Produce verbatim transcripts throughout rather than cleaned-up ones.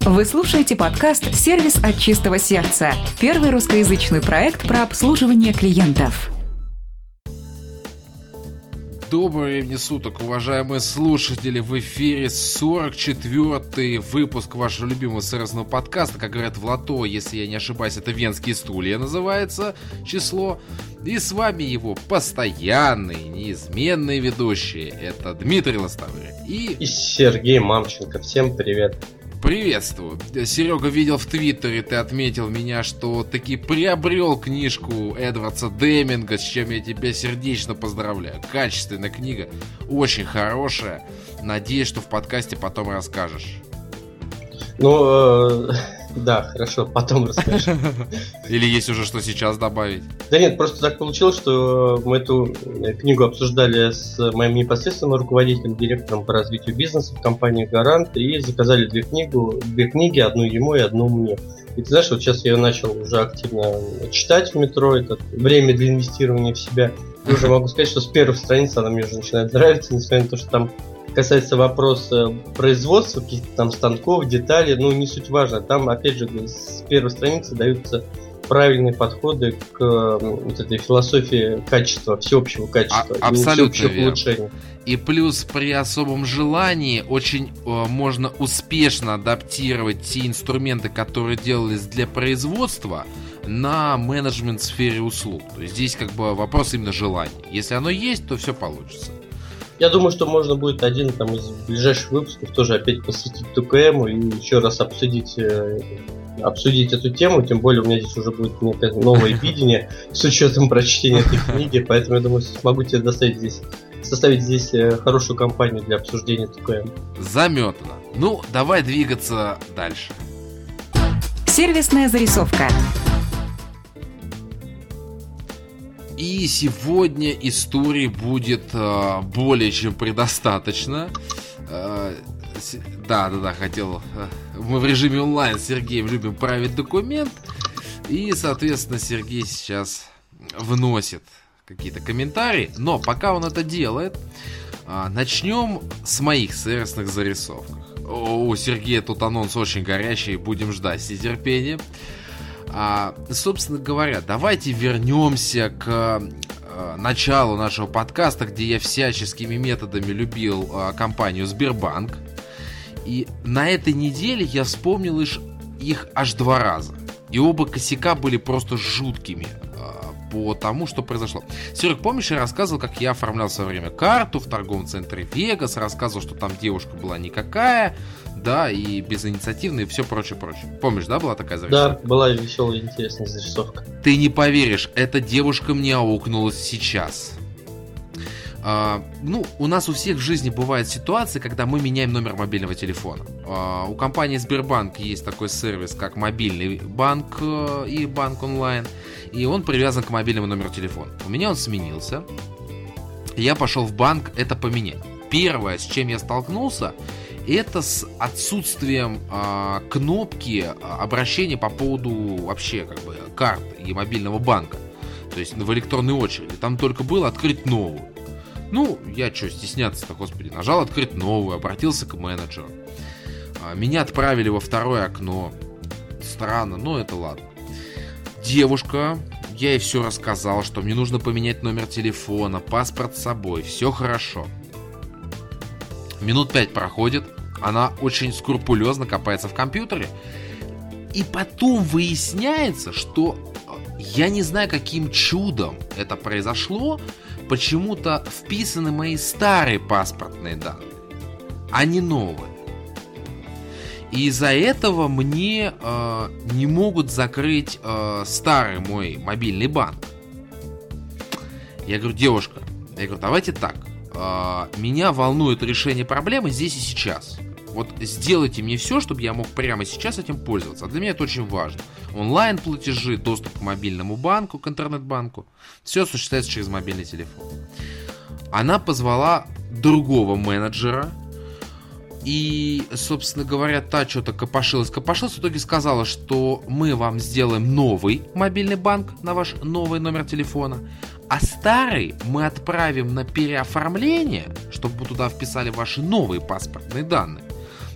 Вы слушаете подкаст «Сервис от чистого сердца». Первый русскоязычный проект про обслуживание клиентов. Доброго времени суток, уважаемые слушатели! В эфире сорок четвёртый выпуск вашего любимого сервисного подкаста. Как говорят в лото, если я не ошибаюсь, это «Венские стулья» называется число. И с вами его постоянный, неизменный ведущий. Это Дмитрий Лостовырь и... и Сергей Мамченко. Всем привет! Приветствую. Серега, видел в Твиттере, ты отметил меня, что таки приобрел книжку Эдварда Деминга, с чем я тебя сердечно поздравляю. Качественная книга, очень хорошая. Надеюсь, что в подкасте потом расскажешь. Ну, э, да, хорошо, потом расскажешь. Или есть уже что сейчас добавить? Да нет, просто так получилось, что мы эту книгу обсуждали с моим непосредственным руководителем, директором по развитию бизнеса в компании «Гарант», и заказали две книги, две книги, одну ему и одну мне. И ты знаешь, вот сейчас я ее начал уже активно читать в метро, это время для инвестирования в себя. И уже могу сказать, что с первой страницы она мне уже начинает нравиться, несмотря на то, что там касается вопроса производства, каких-то там станков, деталей, ну не суть важно. Там, опять же, с первой страницы даются правильные подходы к вот этой философии качества, всеобщего качества, а, абсолютно всеобщего улучшения. И плюс при особом желании очень э, можно успешно адаптировать те инструменты, которые делались для производства, на менеджмент в сфере услуг. То есть здесь как бы вопрос именно желания. Если оно есть, то все получится. Я думаю, что можно будет один там, из ближайших выпусков тоже опять посвятить ТКМу и еще раз обсудить, э, обсудить эту тему. Тем более у меня здесь уже будет некое новое видение с учетом прочтения этой книги. Поэтому я думаю, смогу тебе доставить здесь, составить здесь хорошую компанию для обсуждения ТКМ. Заметано. Ну, давай двигаться дальше. Сервисная зарисовка. И сегодня историй будет э, более чем предостаточно. Э, с, да, да, да, хотел. Э, мы в режиме онлайн с Сергеем любим править документ. И, соответственно, Сергей сейчас вносит какие-то комментарии. Но пока он это делает, э, начнем с моих сервисных зарисовок. О, у Сергея тут анонс очень горячий, будем ждать с нетерпением. А, собственно говоря, давайте вернемся к а, началу нашего подкаста, где я всяческими методами любил а, компанию Сбербанк. И на этой неделе я вспомнил их, их аж два раза. И оба косяка были просто жуткими а, по тому, что произошло. Серег, помнишь, я рассказывал, как я оформлял в свое время карту в торговом центре Вегас, рассказывал, что там девушка была никакая, да, и безинициативная, и все прочее, прочее. Помнишь, да, была такая зарисовка? Да, была веселая, интересная зарисовка. Ты не поверишь, эта девушка мне аукнулась сейчас. А, ну, у нас у всех в жизни бывают ситуации, когда мы меняем номер мобильного телефона. А, у компании Сбербанк есть такой сервис, как мобильный банк и банк онлайн, и он привязан к мобильному номеру телефона. У меня он сменился, я пошел в банк это поменять. Первое, с чем я столкнулся, это с отсутствием э, кнопки обращения по поводу вообще как бы карт и мобильного банка. То есть в электронной очереди. Там только было открыть новую. Ну, я что, стесняться-то, господи. Нажал открыть новую, обратился к менеджеру. Э, меня отправили во второе окно. Странно, но это ладно. Девушка, я ей все рассказал, что мне нужно поменять номер телефона, паспорт с собой, все хорошо. Минут пять проходит, она очень скрупулезно копается в компьютере. И потом выясняется, что я не знаю, каким чудом это произошло. Почему-то вписаны мои старые паспортные данные, а не новые. И из-за этого мне э, не могут закрыть э, старый мой мобильный банк. Я говорю, девушка, я говорю, давайте так. Меня волнует решение проблемы здесь и сейчас. Вот сделайте мне все, чтобы я мог прямо сейчас этим пользоваться. А для меня это очень важно. Онлайн-платежи, доступ к мобильному банку, к интернет-банку. Все осуществляется через мобильный телефон. Она позвала другого менеджера. И, собственно говоря, та что-то копошилась, копошилась. В итоге сказала, что мы вам сделаем новый мобильный банк на ваш новый номер телефона. А старый мы отправим на переоформление, чтобы вы туда вписали ваши новые паспортные данные.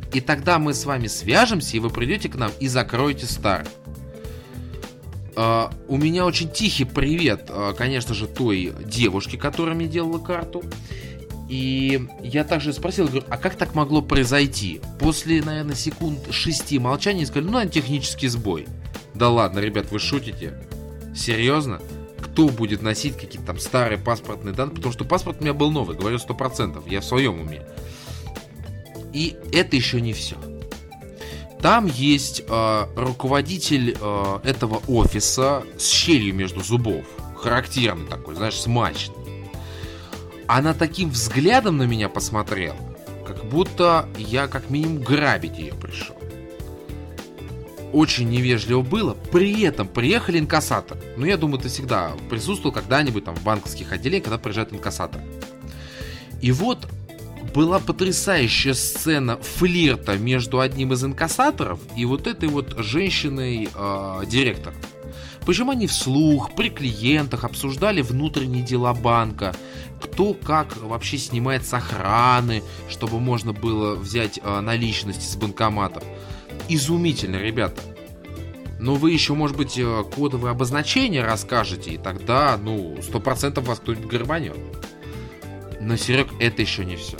И тогда мы с вами свяжемся, и вы придете к нам и закроете старый. Uh, у меня очень тихий привет, uh, конечно же, той девушке, которая мне делала карту. И я также спросил, говорю, а как так могло произойти? После, наверное, секунд шести молчания сказали, ну, наверное, технический сбой. Да ладно, ребят, вы шутите? Серьезно? Кто будет носить какие-то там старые паспортные данные? Потому что паспорт у меня был новый, говорю сто процентов, я в своем уме. И это еще не все. Там есть э, руководитель э, этого офиса с щелью между зубов. Характерный такой, знаешь, смачный. Она таким взглядом на меня посмотрела, как будто я как минимум грабить ее пришел. Очень невежливо было. При этом приехали инкассаторы. Ну, я думаю, ты всегда присутствовал когда-нибудь там в банковских отделениях, когда приезжают инкассаторы. И вот была потрясающая сцена флирта между одним из инкассаторов и вот этой вот женщиной-директором. Э, Причем они вслух, при клиентах обсуждали внутренние дела банка, кто как вообще снимает с охраны, чтобы можно было взять э, наличности с банкоматов. Изумительно, ребята. Но вы еще, может быть, э, кодовые обозначения расскажете, и тогда, ну, сто процентов вас кто-нибудь горбанет. Но, Серег, это еще не все.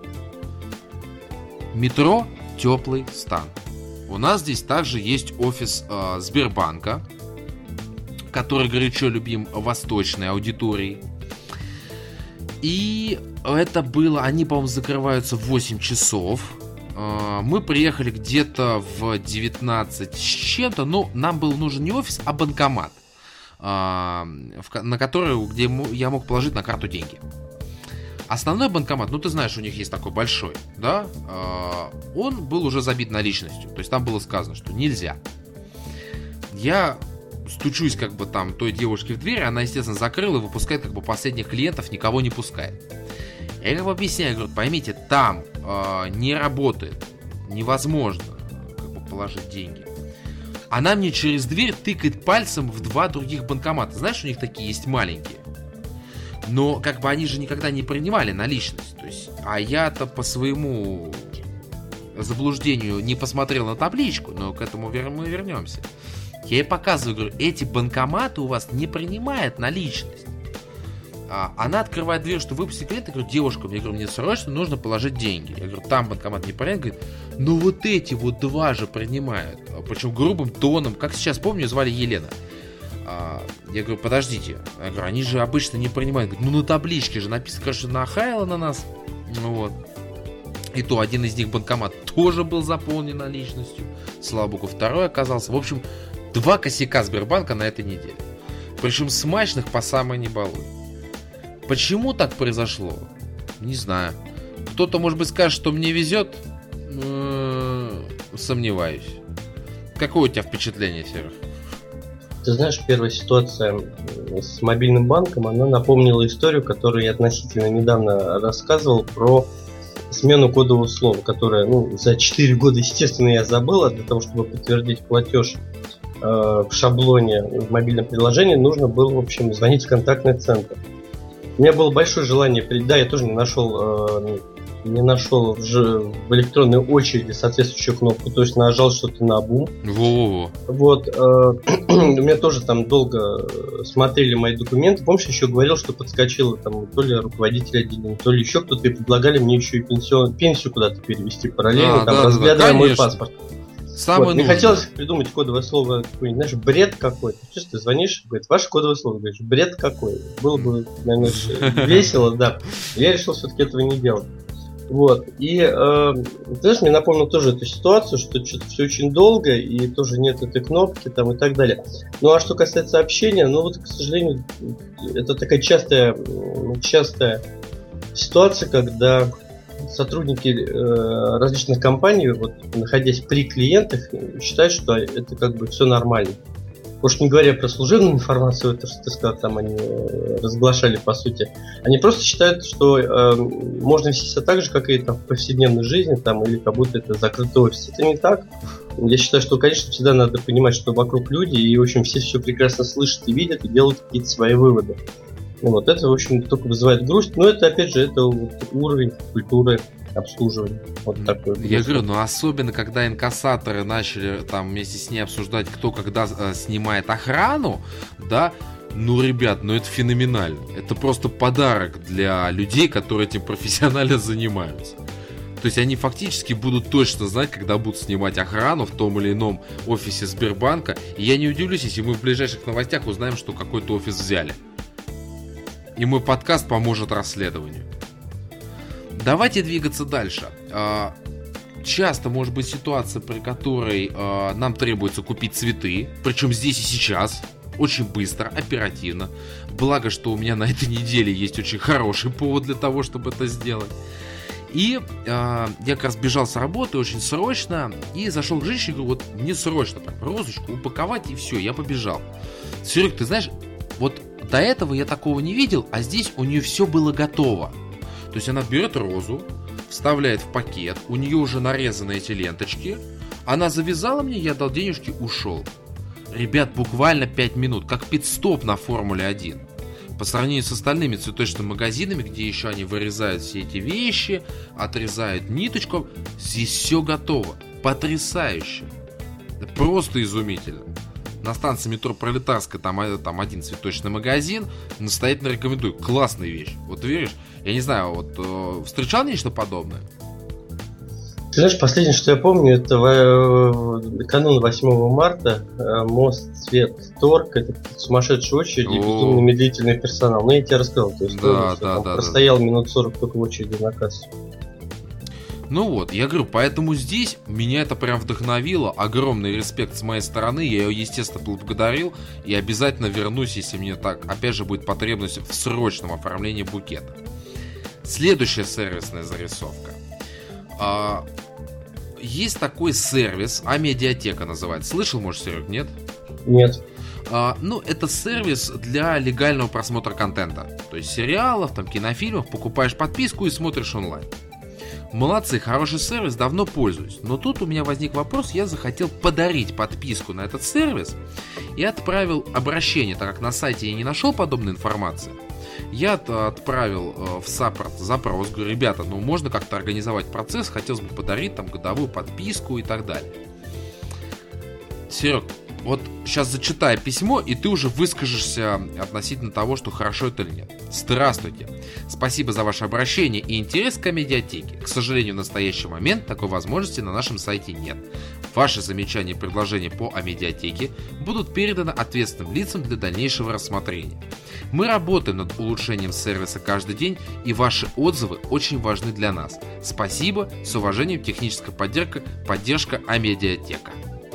Метро «Теплый стан». У нас здесь также есть офис э, Сбербанка, который горячо любим восточной аудиторией. И это было... Они, по-моему, закрываются в восемь часов. Э, мы приехали где-то в девятнадцать с чем-то. Но нам был нужен не офис, а банкомат, э, в, на который, где я мог положить на карту деньги. Основной банкомат, ну ты знаешь, у них есть такой большой, да, э, он был уже забит наличностью. То есть там было сказано, что нельзя. Я стучусь как бы там той девушке в дверь, она, естественно, закрыла и выпускает как бы последних клиентов, никого не пускает. Я как бы объясняю, говорю, поймите, там э, не работает, невозможно как бы положить деньги. Она мне через дверь тыкает пальцем в два других банкомата. Знаешь, у них такие есть маленькие. Но как бы они же никогда не принимали наличность. То есть, а я-то по своему заблуждению не посмотрел на табличку, но к этому мы вернемся. Я ей показываю, говорю, эти банкоматы у вас не принимают наличность. А она открывает дверь, что выпустить клиента. Я говорю, девушка, мне, говорю, мне срочно нужно положить деньги. Я говорю, там банкомат не принимает. Говорит, ну вот эти вот два же принимают. Причем грубым тоном, как сейчас помню, звали Елена. Я говорю, подождите. Я говорю, они же обычно не принимают. Говорит, ну на табличке же написано, конечно, нахаяло на нас. Ну вот. И то один из них банкомат тоже был заполнен наличностью. Слава богу, второй оказался. В общем, два косяка Сбербанка на этой неделе. Причем смачных по самой не балуй. Почему так произошло? Не знаю. Кто-то, может быть, скажет, что мне везет. Сомневаюсь. Какое у тебя впечатление, Серег? Ты знаешь, первая ситуация с мобильным банком, она напомнила историю, которую я относительно недавно рассказывал про смену кодового слова, которое, ну, за четыре года, естественно, я забыл, а для того, чтобы подтвердить платеж э, в шаблоне в мобильном приложении, нужно было, в общем, звонить в контактный центр. У меня было большое желание, да, я тоже не нашел, э, не нашел в, в электронной очереди соответствующую кнопку, то есть нажал что-то наобум. Во-во-во. Вот, э, у меня тоже там долго смотрели мои документы. Помнишь, еще говорил, что подскочил там то ли руководитель отделения, то ли еще кто-то, и предлагали мне еще и пенсию, пенсию куда-то перевести параллельно, а, там, да, разглядывая да, мой паспорт. Вот, мне хотелось придумать кодовое слово, какое-нибудь, знаешь, бред какой-то. Честно, ты звонишь, говорит, ваше кодовое слово, говоришь, бред какой. Было бы, наверное, весело, да. Я решил все-таки этого не делать. Вот, и, э, ты знаешь, мне напомнил тоже эту ситуацию, что что-то все очень долго, и тоже нет этой кнопки там и так далее. Ну, а что касается общения, ну, вот, к сожалению, это такая частая, частая ситуация, когда сотрудники э, различных компаний, вот, находясь при клиентах, считают, что это как бы все нормально. Уж не говоря про служебную информацию, это, что ты сказал, там они разглашали по сути. Они просто считают, что э, можно вести себя так же, как и там, в повседневной жизни, там, или как будто это закрытый офис. Это не так. Я считаю, что, конечно, всегда надо понимать, что вокруг люди, и, в общем, все все прекрасно слышат и видят, и делают какие-то свои выводы. Вот это, в общем, только вызывает грусть. Но это, опять же, это вот уровень культуры обслуживания. Вот Mm. такой. Я говорю, ну особенно когда инкассаторы начали там вместе с ней обсуждать, кто когда э, снимает охрану, да, ну, ребят, ну это феноменально. Это просто подарок для людей, которые этим профессионально занимаются. То есть они фактически будут точно знать, когда будут снимать охрану в том или ином офисе Сбербанка. И я не удивлюсь, если мы в ближайших новостях узнаем, что какой-то офис взяли. И мой подкаст поможет расследованию. Давайте двигаться дальше. Часто может быть ситуация, при которой нам требуется купить цветы. Причем здесь и сейчас. Очень быстро, оперативно. Благо, что у меня на этой неделе есть очень хороший повод для того, чтобы это сделать. И э, я как раз бежал с работы очень срочно. И зашел к женщине и говорю, вот мне срочно прям розочку упаковать, и все, я побежал. Серег, ты знаешь, вот до этого я такого не видел, а здесь у нее все было готово. То есть она берет розу, вставляет в пакет, у нее уже нарезаны эти ленточки. Она завязала мне, я дал денежки, ушел. Ребят, буквально пять минут, как пит-стоп на Формуле один. По сравнению с остальными цветочными магазинами, где еще они вырезают все эти вещи, отрезают ниточку, здесь все готово. Потрясающе. Просто изумительно. На станции метро Пролетарская там, там один цветочный магазин. Настоятельно рекомендую. Классная вещь. Вот веришь? Я не знаю, вот э, встречал нечто подобное? Ты знаешь, последнее, что я помню, это в канун восьмого марта, мост Цвет Торг, это сумасшедшая очередь и безумно медлительный персонал. Ну, я тебе рассказал эту историю, да, что да, там да, простоял да. минут сорок только в очереди на кассу. Ну вот, я говорю, поэтому здесь меня это прям вдохновило. Огромный респект с моей стороны. Я ее, естественно, поблагодарил. И обязательно вернусь, если мне так, опять же, будет потребность в срочном оформлении букета. Следующая сервисная зарисовка. А, есть такой сервис, А-медиатека называется. Слышал, может, Серег, нет? Нет. А, ну, это сервис для легального просмотра контента. То есть сериалов, там, кинофильмов. Покупаешь подписку и смотришь онлайн. Молодцы, хороший сервис, давно пользуюсь. Но тут у меня возник вопрос, я захотел подарить подписку на этот сервис и отправил обращение, так как на сайте я не нашел подобной информации. Я отправил в саппорт запрос, говорю, ребята, ну можно как-то организовать процесс, хотелось бы подарить там годовую подписку и так далее. Серег, вот сейчас зачитаю письмо, и ты уже выскажешься относительно того, что хорошо это или нет. Здравствуйте. Спасибо за ваше обращение и интерес к медиатеке. К сожалению, в настоящий момент такой возможности на нашем сайте нет. Ваши замечания и предложения по медиатеке будут переданы ответственным лицам для дальнейшего рассмотрения. Мы работаем над улучшением сервиса каждый день, и ваши отзывы очень важны для нас. Спасибо. С уважением, техническая поддержка, поддержка А-медиатека.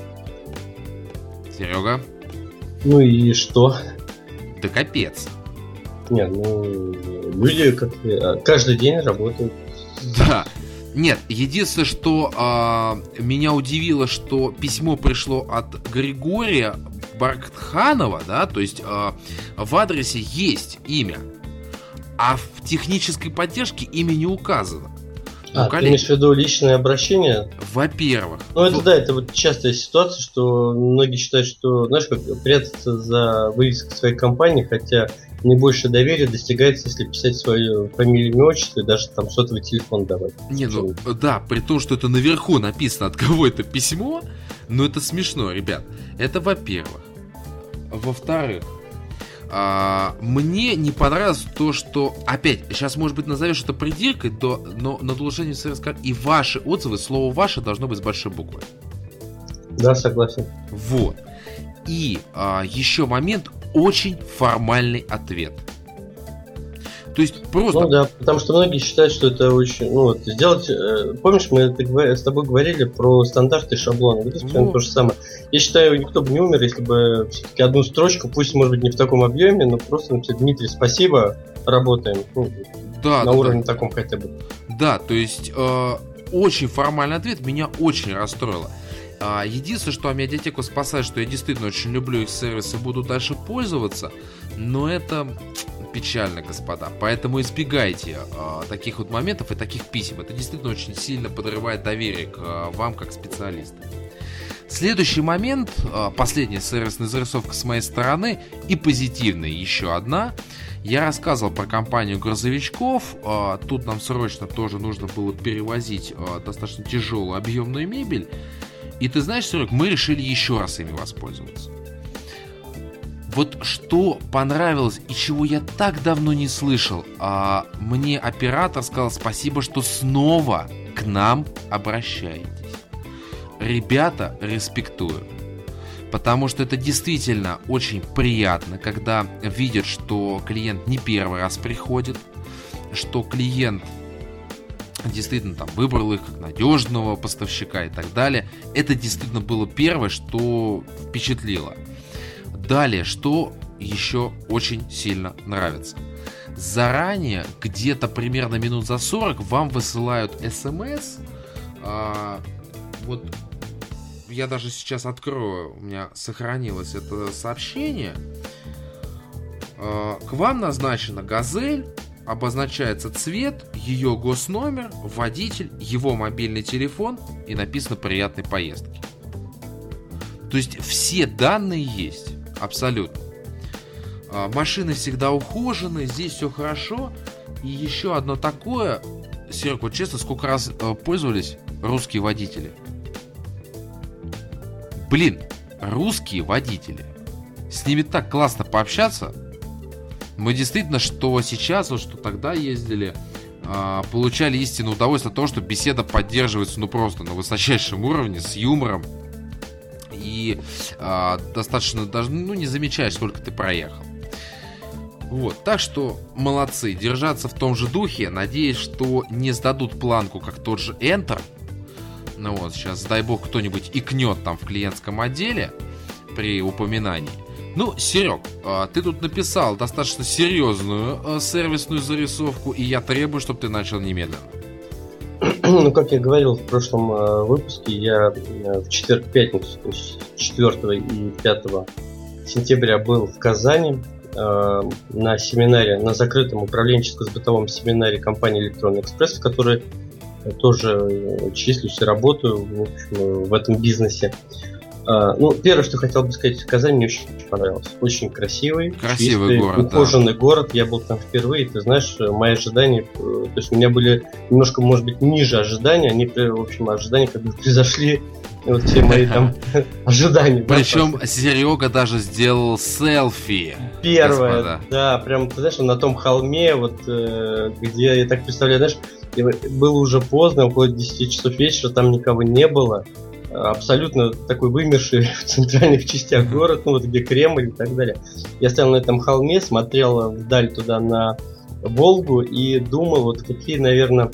Серега? Ну и что? Да капец. Нет, ну, люди как каждый день работают. Да. Нет, единственное, что э, меня удивило, что письмо пришло от Григория Баркханова, да, то есть э, в адресе есть имя, а в технической поддержке имя не указано. А, ну, ты имеешь в виду личное обращение? Во-первых. Ну, это да, это вот частая ситуация, что многие считают, что, знаешь, как прятаться за вывеской своей компании, хотя наибольшее доверие достигается, если писать свою фамилию, имя, отчество и даже там сотовый телефон давать. Не, ну, да, при том, что это наверху написано, от кого это письмо, но это смешно, ребят. Это во-первых. Во-вторых, А, мне не понравилось то, что, опять, сейчас, может быть, назовешь это придиркой, но, но над улучшением сервиса и ваши отзывы, слово «ваше» должно быть с большой буквы. Да, согласен. Вот. И а, еще момент, очень формальный ответ. То есть просто... Ну да, потому что многие считают, что это очень... Ну вот, сделать... Э, помнишь, мы это, с тобой говорили про стандарты и шаблоны. Вот это ну. то же самое. Я считаю, никто бы не умер, если бы все-таки одну строчку, пусть, может быть, не в таком объеме, но просто написать: Дмитрий, спасибо, работаем. Ну, да, на да, уровне да. таком хотя бы. Да, то есть э, очень формальный ответ меня очень расстроило. А, единственное, что медиатеку спасает, что я действительно очень люблю их сервисы и буду дальше пользоваться, но это печально, господа. Поэтому избегайте а, таких вот моментов и таких писем. Это действительно очень сильно подрывает доверие к а, вам как специалистам. Следующий момент, а, последняя сервисная зарисовка с моей стороны и позитивная еще одна. Я рассказывал про компанию грузовичков. Тут нам срочно тоже нужно было перевозить достаточно тяжелую объемную мебель. И ты знаешь, Серег, мы решили еще раз ими воспользоваться. Вот что понравилось и чего я так давно не слышал, а мне оператор сказал: спасибо, что снова к нам обращаетесь. Ребята, респектую. Потому что это действительно очень приятно, когда видят, что клиент не первый раз приходит, что клиент действительно там выбрал их как надежного поставщика и так далее. Это действительно было первое, что впечатлило. Далее, что еще очень сильно нравится. Заранее, где-то примерно минут за сорок, вам высылают смс. А, вот я даже сейчас открою, у меня сохранилось это сообщение. А, к вам назначена «Газель», обозначается цвет, ее госномер, водитель, его мобильный телефон и написано «приятной поездки». То есть все данные есть. Абсолютно. Машины всегда ухожены, здесь все хорошо. И еще одно такое, Серег, вот честно, сколько раз пользовались русские водители? Блин, русские водители. С ними так классно пообщаться. Мы действительно, что сейчас, вот что тогда ездили, получали истинное удовольствие от того, что беседа поддерживается, ну просто на высочайшем уровне, с юмором. И а, достаточно даже, ну, не замечаешь, сколько ты проехал. Вот, так что молодцы, держаться в том же духе. Надеюсь, что не сдадут планку, как тот же Enter. Ну вот, сейчас, дай бог, кто-нибудь икнет там в клиентском отделе при упоминании. Ну, Серег, ты тут написал достаточно серьезную сервисную зарисовку, и я требую, чтобы ты начал немедленно. Ну, как я говорил в прошлом э, выпуске, я э, в четверг-пятницу, то есть четвёртого и пятого сентября был в Казани э, на семинаре, на закрытом управленческо-бытовом семинаре компании «Электронный экспресс», в которой я тоже числюсь и работаю, в общем, в этом бизнесе. Э, ну, первое, что хотел бы сказать, Казань мне очень понравилось. Очень красивый, красивый чистый, город, ухоженный да. город. Я был там впервые, ты знаешь, мои ожидания, то есть у меня были немножко, может быть, ниже ожидания, они, в общем, ожидания как бы превзошли вот все мои там ожидания. Причем Серега даже сделал селфи. Первое, да, прям, ты знаешь, на том холме, вот где, я так представляю, знаешь, было уже поздно, около десяти часов вечера, там никого не было. Абсолютно такой вымерший в центральных частях город, ну вот где Кремль и так далее. Я стоял на этом холме, смотрел вдаль туда на Волгу и думал, вот какие, наверное,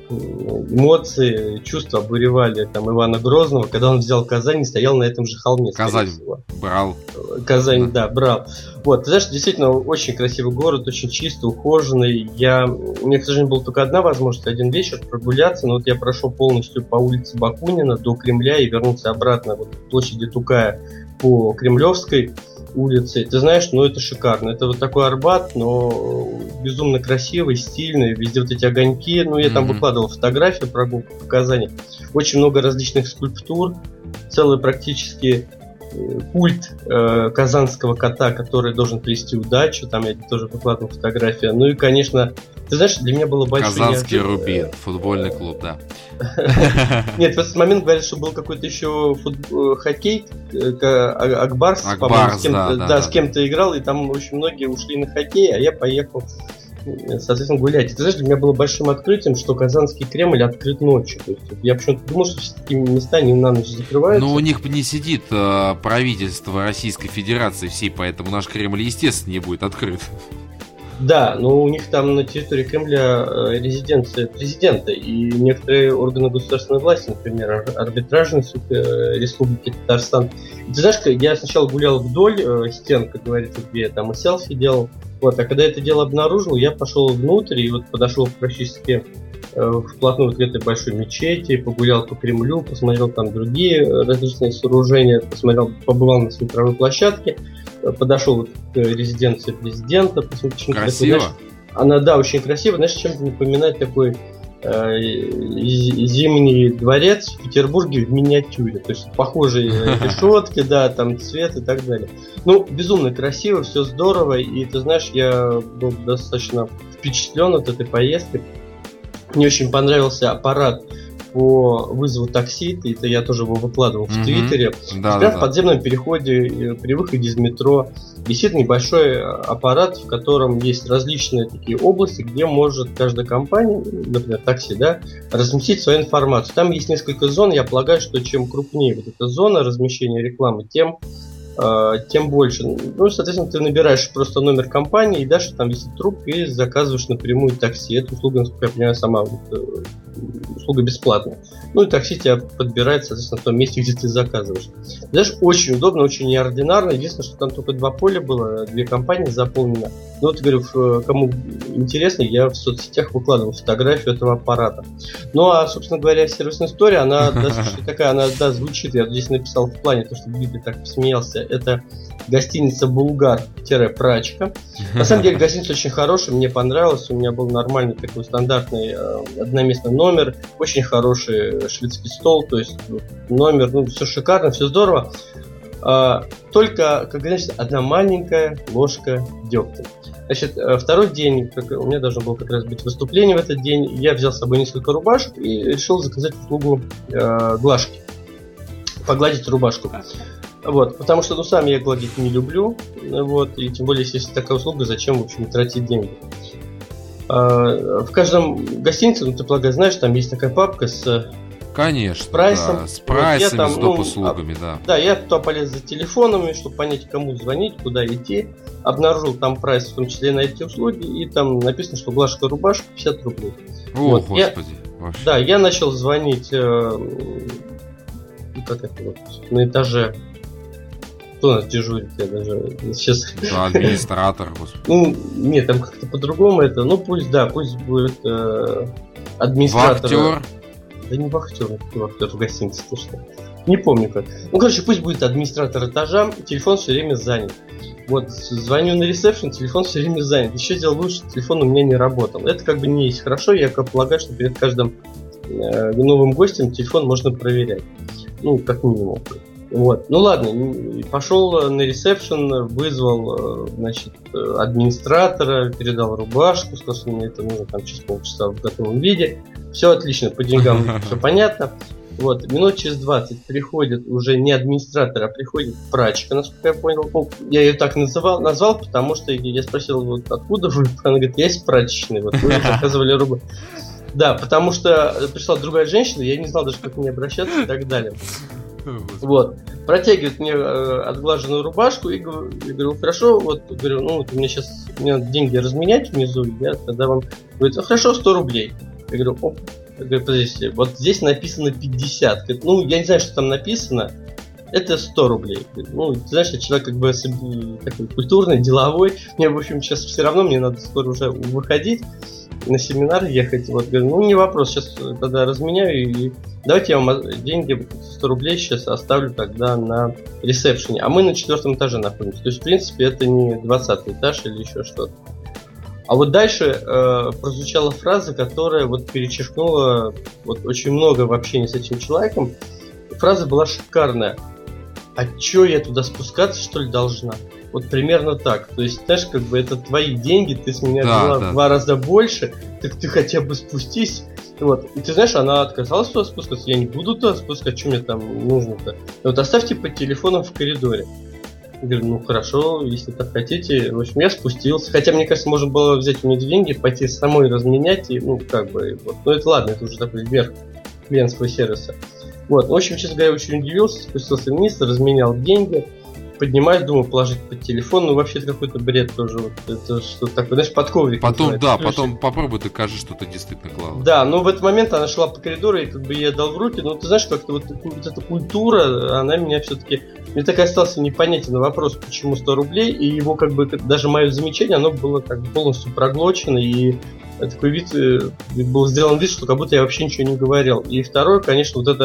эмоции, чувства обуревали там Ивана Грозного, когда он взял Казань и стоял на этом же холме. Казань брал. Казань, да, брал. Вот, ты знаешь, действительно очень красивый город, очень чистый, ухоженный. Я, у меня, к сожалению, была только одна возможность, один вечер прогуляться, но вот я прошел полностью по улице Бакунина до Кремля и вернулся обратно вот, к площади Тукая по Кремлевской улице. Ты знаешь, ну это шикарно. Это вот такой Арбат, но безумно красивый, стильный, везде вот эти огоньки. Ну, я mm-hmm. там выкладывал фотографии прогулки по Казани. Очень много различных скульптур, целый практически культ э, казанского кота, который должен принести удачу. Там я тоже выкладывал фотографии. Ну и, конечно, ты знаешь, для меня было большое... Казанский Рубин, футбольный клуб, да. Нет, в этот момент говорят, что был какой-то еще футбол, хоккей, Акбарс, Акбарс, да, да, да, с кем-то играл, и там очень многие ушли на хоккей, а я поехал, соответственно, гулять. И ты знаешь, для меня было большим открытием, что Казанский Кремль открыт ночью. То есть, я почему-то думал, что все такие места не на ночь закрываются. Но у них не сидит э, правительство Российской Федерации всей, поэтому наш Кремль, естественно, не будет открыт. Да, но у них там на территории Кремля э, резиденция президента и некоторые органы государственной власти, например, арбитражный суд э, Республики Татарстан. И ты знаешь, я сначала гулял вдоль э, стен, как говорится, где я там и селфи делал, вот, а когда это дело обнаружил, я пошел внутрь и вот подошел практически э, вплотную вот к этой большой мечети, погулял по Кремлю, посмотрел там другие различные сооружения, посмотрел, побывал на смотровой площадке. Подошел вот к резиденции президента. Красиво? Такой, знаешь, она, да, очень красиво. Знаешь, чем-то напоминает такой э, Зимний дворец в Петербурге в миниатюре. То есть похожие решетки, да, там цвет и так далее. Ну, безумно красиво, все здорово. И ты знаешь, я был достаточно впечатлен от этой поездки. Мне очень понравился аппарат по вызову такси, это я тоже его выкладывал mm-hmm. в Твиттере. Да, да, в подземном да. переходе при выходе из метро висит небольшой аппарат, в котором есть различные такие области, где может каждая компания, например, такси, да, разместить свою информацию. Там есть несколько зон, я полагаю, что чем крупнее вот эта зона размещения рекламы, тем тем больше. Ну, соответственно, ты набираешь просто номер компании, и дальше там висит трубка, и заказываешь напрямую такси. Эта услуга, насколько я понимаю, сама вот, услуга бесплатная. Ну и такси тебя подбирает, соответственно, в том месте, где ты заказываешь. Знаешь, очень удобно, очень неординарно. Единственное, что там только два поля было, две компании заполнено. Ну вот, говорю, кому интересно, я в соцсетях выкладывал фотографию этого аппарата. Ну, а, собственно говоря, сервисная история, она достаточно такая, она, да, звучит. Я здесь написал в плане, то, что Дмитрий так посмеялся. Это гостиница «Булгар-Прачка». На самом деле, гостиница очень хорошая, мне понравилась. У меня был нормальный такой стандартный э, одноместный номер, очень хороший шведский стол, то есть номер, ну, все шикарно, все здорово. А, только, как говорится, одна маленькая ложка дегтя. Значит, второй день, как, у меня должно было как раз быть выступление в этот день, я взял с собой несколько рубашек и решил заказать услугу э, глажки. Погладить рубашку. Вот, потому что, ну, сам я гладить не люблю, вот, и тем более, если есть такая услуга, зачем, в общем, тратить деньги. А, в каждом гостинице, ну, ты, полагаю, знаешь, там есть такая папка с... Конечно, с прайсом. Да, с прайсами, вот, там, с доп. Ну, услугами, да. Да, я туда полез за телефонами, чтобы понять, кому звонить, куда идти. Обнаружил там прайс, в том числе на эти услуги, и там написано, что глажка рубашка пятьдесят рублей. О, вот, господи. Я, да, я начал звонить э, как это вот, на этаже. Кто у нас дежурит? Я даже сейчас... Да, администратор, господи. Ну, нет, там как-то по-другому это. Ну, пусть, да, пусть будет э, администратор. Вахтер? Да не вахтер, вахтер в гостинице, ты что? Не помню как. Ну, короче, пусть будет администратор этажа, телефон все время занят. Вот, звоню на ресепшн, телефон все время занят. Еще дело лучше, телефон у меня не работал. Это как бы не есть хорошо, я как полагаю, что перед каждым э, новым гостем телефон можно проверять. Ну, как минимум. Вот. Ну ладно, пошел на ресепшн, вызвал, значит, администратора, передал рубашку, сказал, что мне это нужно там через полчаса в готовом виде. Все отлично, по деньгам все понятно. Вот, минут через двадцать приходит уже не администратор, а приходит прачка, насколько я понял. Я ее так называл, назвал, потому что я спросил, вот откуда вы? Она говорит, я из прачечной, вот вы заказывали рубашку. Да, потому что пришла другая женщина, я не знал даже, как к ней обращаться и так далее. Вот, протягивает мне э, отглаженную рубашку и говорю, я говорю, хорошо, вот, говорю, ну, вот у меня сейчас, мне надо деньги разменять внизу, я тогда вам, говорит, ну, хорошо, сто рублей. Я говорю, оп, я говорю, подождите, вот здесь написано пятьдесят. Говорит, ну, я не знаю, что там написано, это сто рублей. Говорит, ну, ты знаешь, я человек как бы такой культурный, деловой, мне, в общем, сейчас все равно, мне надо скоро уже выходить, на семинар ехать. Вот, говорю, ну, не вопрос, сейчас тогда разменяю и давайте я вам деньги, сто рублей сейчас оставлю тогда на ресепшене. А мы на четвертом этаже находимся. То есть, в принципе, это не двадцатый этаж или еще что-то. А вот дальше э, прозвучала фраза, которая вот перечеркнула вот очень много в общении с этим человеком. Фраза была шикарная. А чё, я туда спускаться, что ли, должна? Вот примерно так. То есть, знаешь, как бы это твои деньги, ты с меня да, взяла да. в два раза больше, так ты хотя бы спустись. Вот. И ты знаешь, она отказалась туда спускаться. Я не буду туда спускаться, что мне там нужно-то. Вот оставьте по телефону в коридоре. Я говорю, ну хорошо, если так хотите. В общем, я спустился. Хотя, мне кажется, можно было взять у меня деньги, пойти самой разменять. И, ну, как бы, вот. Ну, это ладно, это уже такой верх клиентского сервиса. Вот. В общем, честно говоря, очень удивился. Спустился вниз, разменял деньги. Поднимаюсь, думаю, положить под телефон. Ну, вообще, это какой-то бред тоже. Вот, это что-то такое, знаешь, подковник. Потом, называется. да, Ключик. потом попробуй докажи, что ты действительно клала. Да, но в этот момент она шла по коридору, и как бы я дал в руки. Ну, ты знаешь, как-то вот, вот эта культура, она меня все-таки... Мне так и остался непонятен вопрос, почему сто рублей. И его, как бы, даже мое замечание, оно было как бы полностью проглочено. И такой вид, был сделан вид, что как будто я вообще ничего не говорил. И второе, конечно, вот это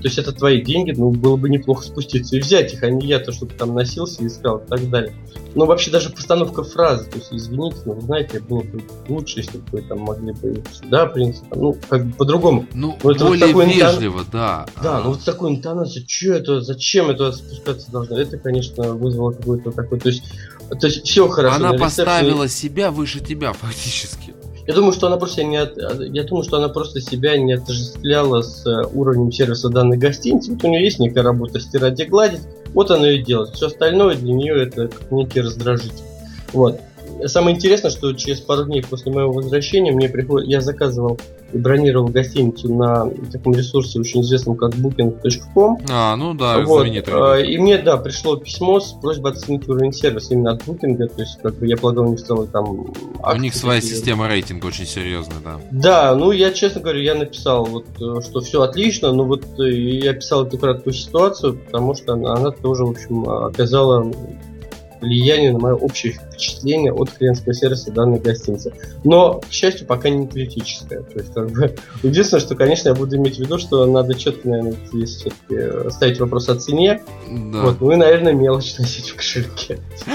То есть это твои деньги, ну, было бы неплохо спуститься и взять их, а не я то, чтобы там носился, искал и так далее. Но вообще даже постановка фразы, то есть, извините, но вы знаете, было бы лучше, если бы вы там могли бы сюда принести, там, ну, как бы по-другому. Ну, но более вот вежливо, интон... да. Да, а... ну вот такую интонацию, что это, зачем это спускаться должно, это, конечно, вызвало какой-то такой, то есть, то есть все хорошо. Она поставила себя выше тебя, фактически. Я думаю, что она просто не от... я думаю, что она просто себя не отождествляла с уровнем сервиса данной гостиницы. Вот у нее есть некая работа стирать и гладить, вот она и делает. Все остальное для нее это как некий раздражитель. Вот. Самое интересное, что через пару дней после моего возвращения мне приходит, я заказывал и бронировал гостиницу на таком ресурсе очень известном, как букинг точка ком. А, ну да, вот. И мне, да, пришло письмо с просьбой оценить уровень сервиса именно от букинга, то есть, как бы, я полагал, у них целый там... У них своя система рейтинга очень серьезная, да. Да, ну, я, честно говоря, я написал, вот, что все отлично, но вот я писал эту краткую ситуацию, потому что она, она тоже, в общем, оказала влияние на мое общее впечатление от клиентского сервиса данной гостиницы. Но, к счастью, пока не критическое. То есть, как бы, единственное, что, конечно, я буду иметь в виду, что надо четко, наверное, если все-таки ставить вопрос о цене. Да. Вот, ну и, наверное, мелочь носить в кошельке.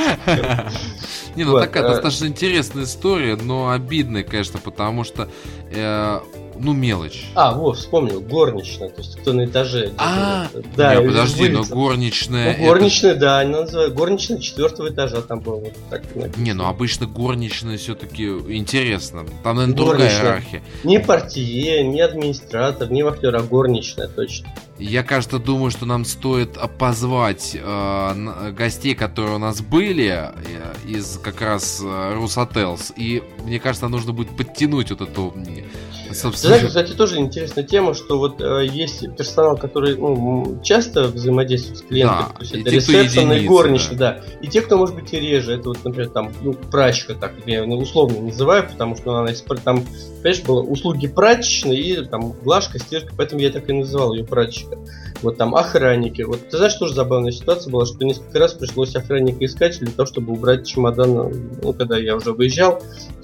Не, ну такая достаточно интересная история, но обидная, конечно, потому что ну, мелочь. А, вот, вспомнил, горничная, то есть кто на этаже. А, да, не, подожди, но горничная... Ну, горничная, это... да, она называют горничная четвертого этажа, там было вот так написано. Не, ну обычно горничная все-таки интересно, там, наверное, другая иерархия. Не портье, не администратор, не вахтер, а горничная, точно. Я, кажется, думаю, что нам стоит позвать э, гостей, которые у нас были э, из как раз э, Русотелс, и мне кажется, нужно будет подтянуть вот эту... Собственно... Знаете, кстати, тоже интересная тема, что вот э, есть персонал, который ну, часто взаимодействует с клиентом, да, то есть это ресепшн и горничный, да. да. И те, кто может быть и реже, это вот, например, там, ну, прачка, так я ее условно называю, потому что она там, понимаешь, было услуги прачечной и там глажка, стирка, поэтому я так и называл ее прачечка. Вот там охранники. Вот ты знаешь, тоже забавная ситуация была, что несколько раз пришлось охранника искать для того, чтобы убрать чемодан, ну, когда я уже выезжал,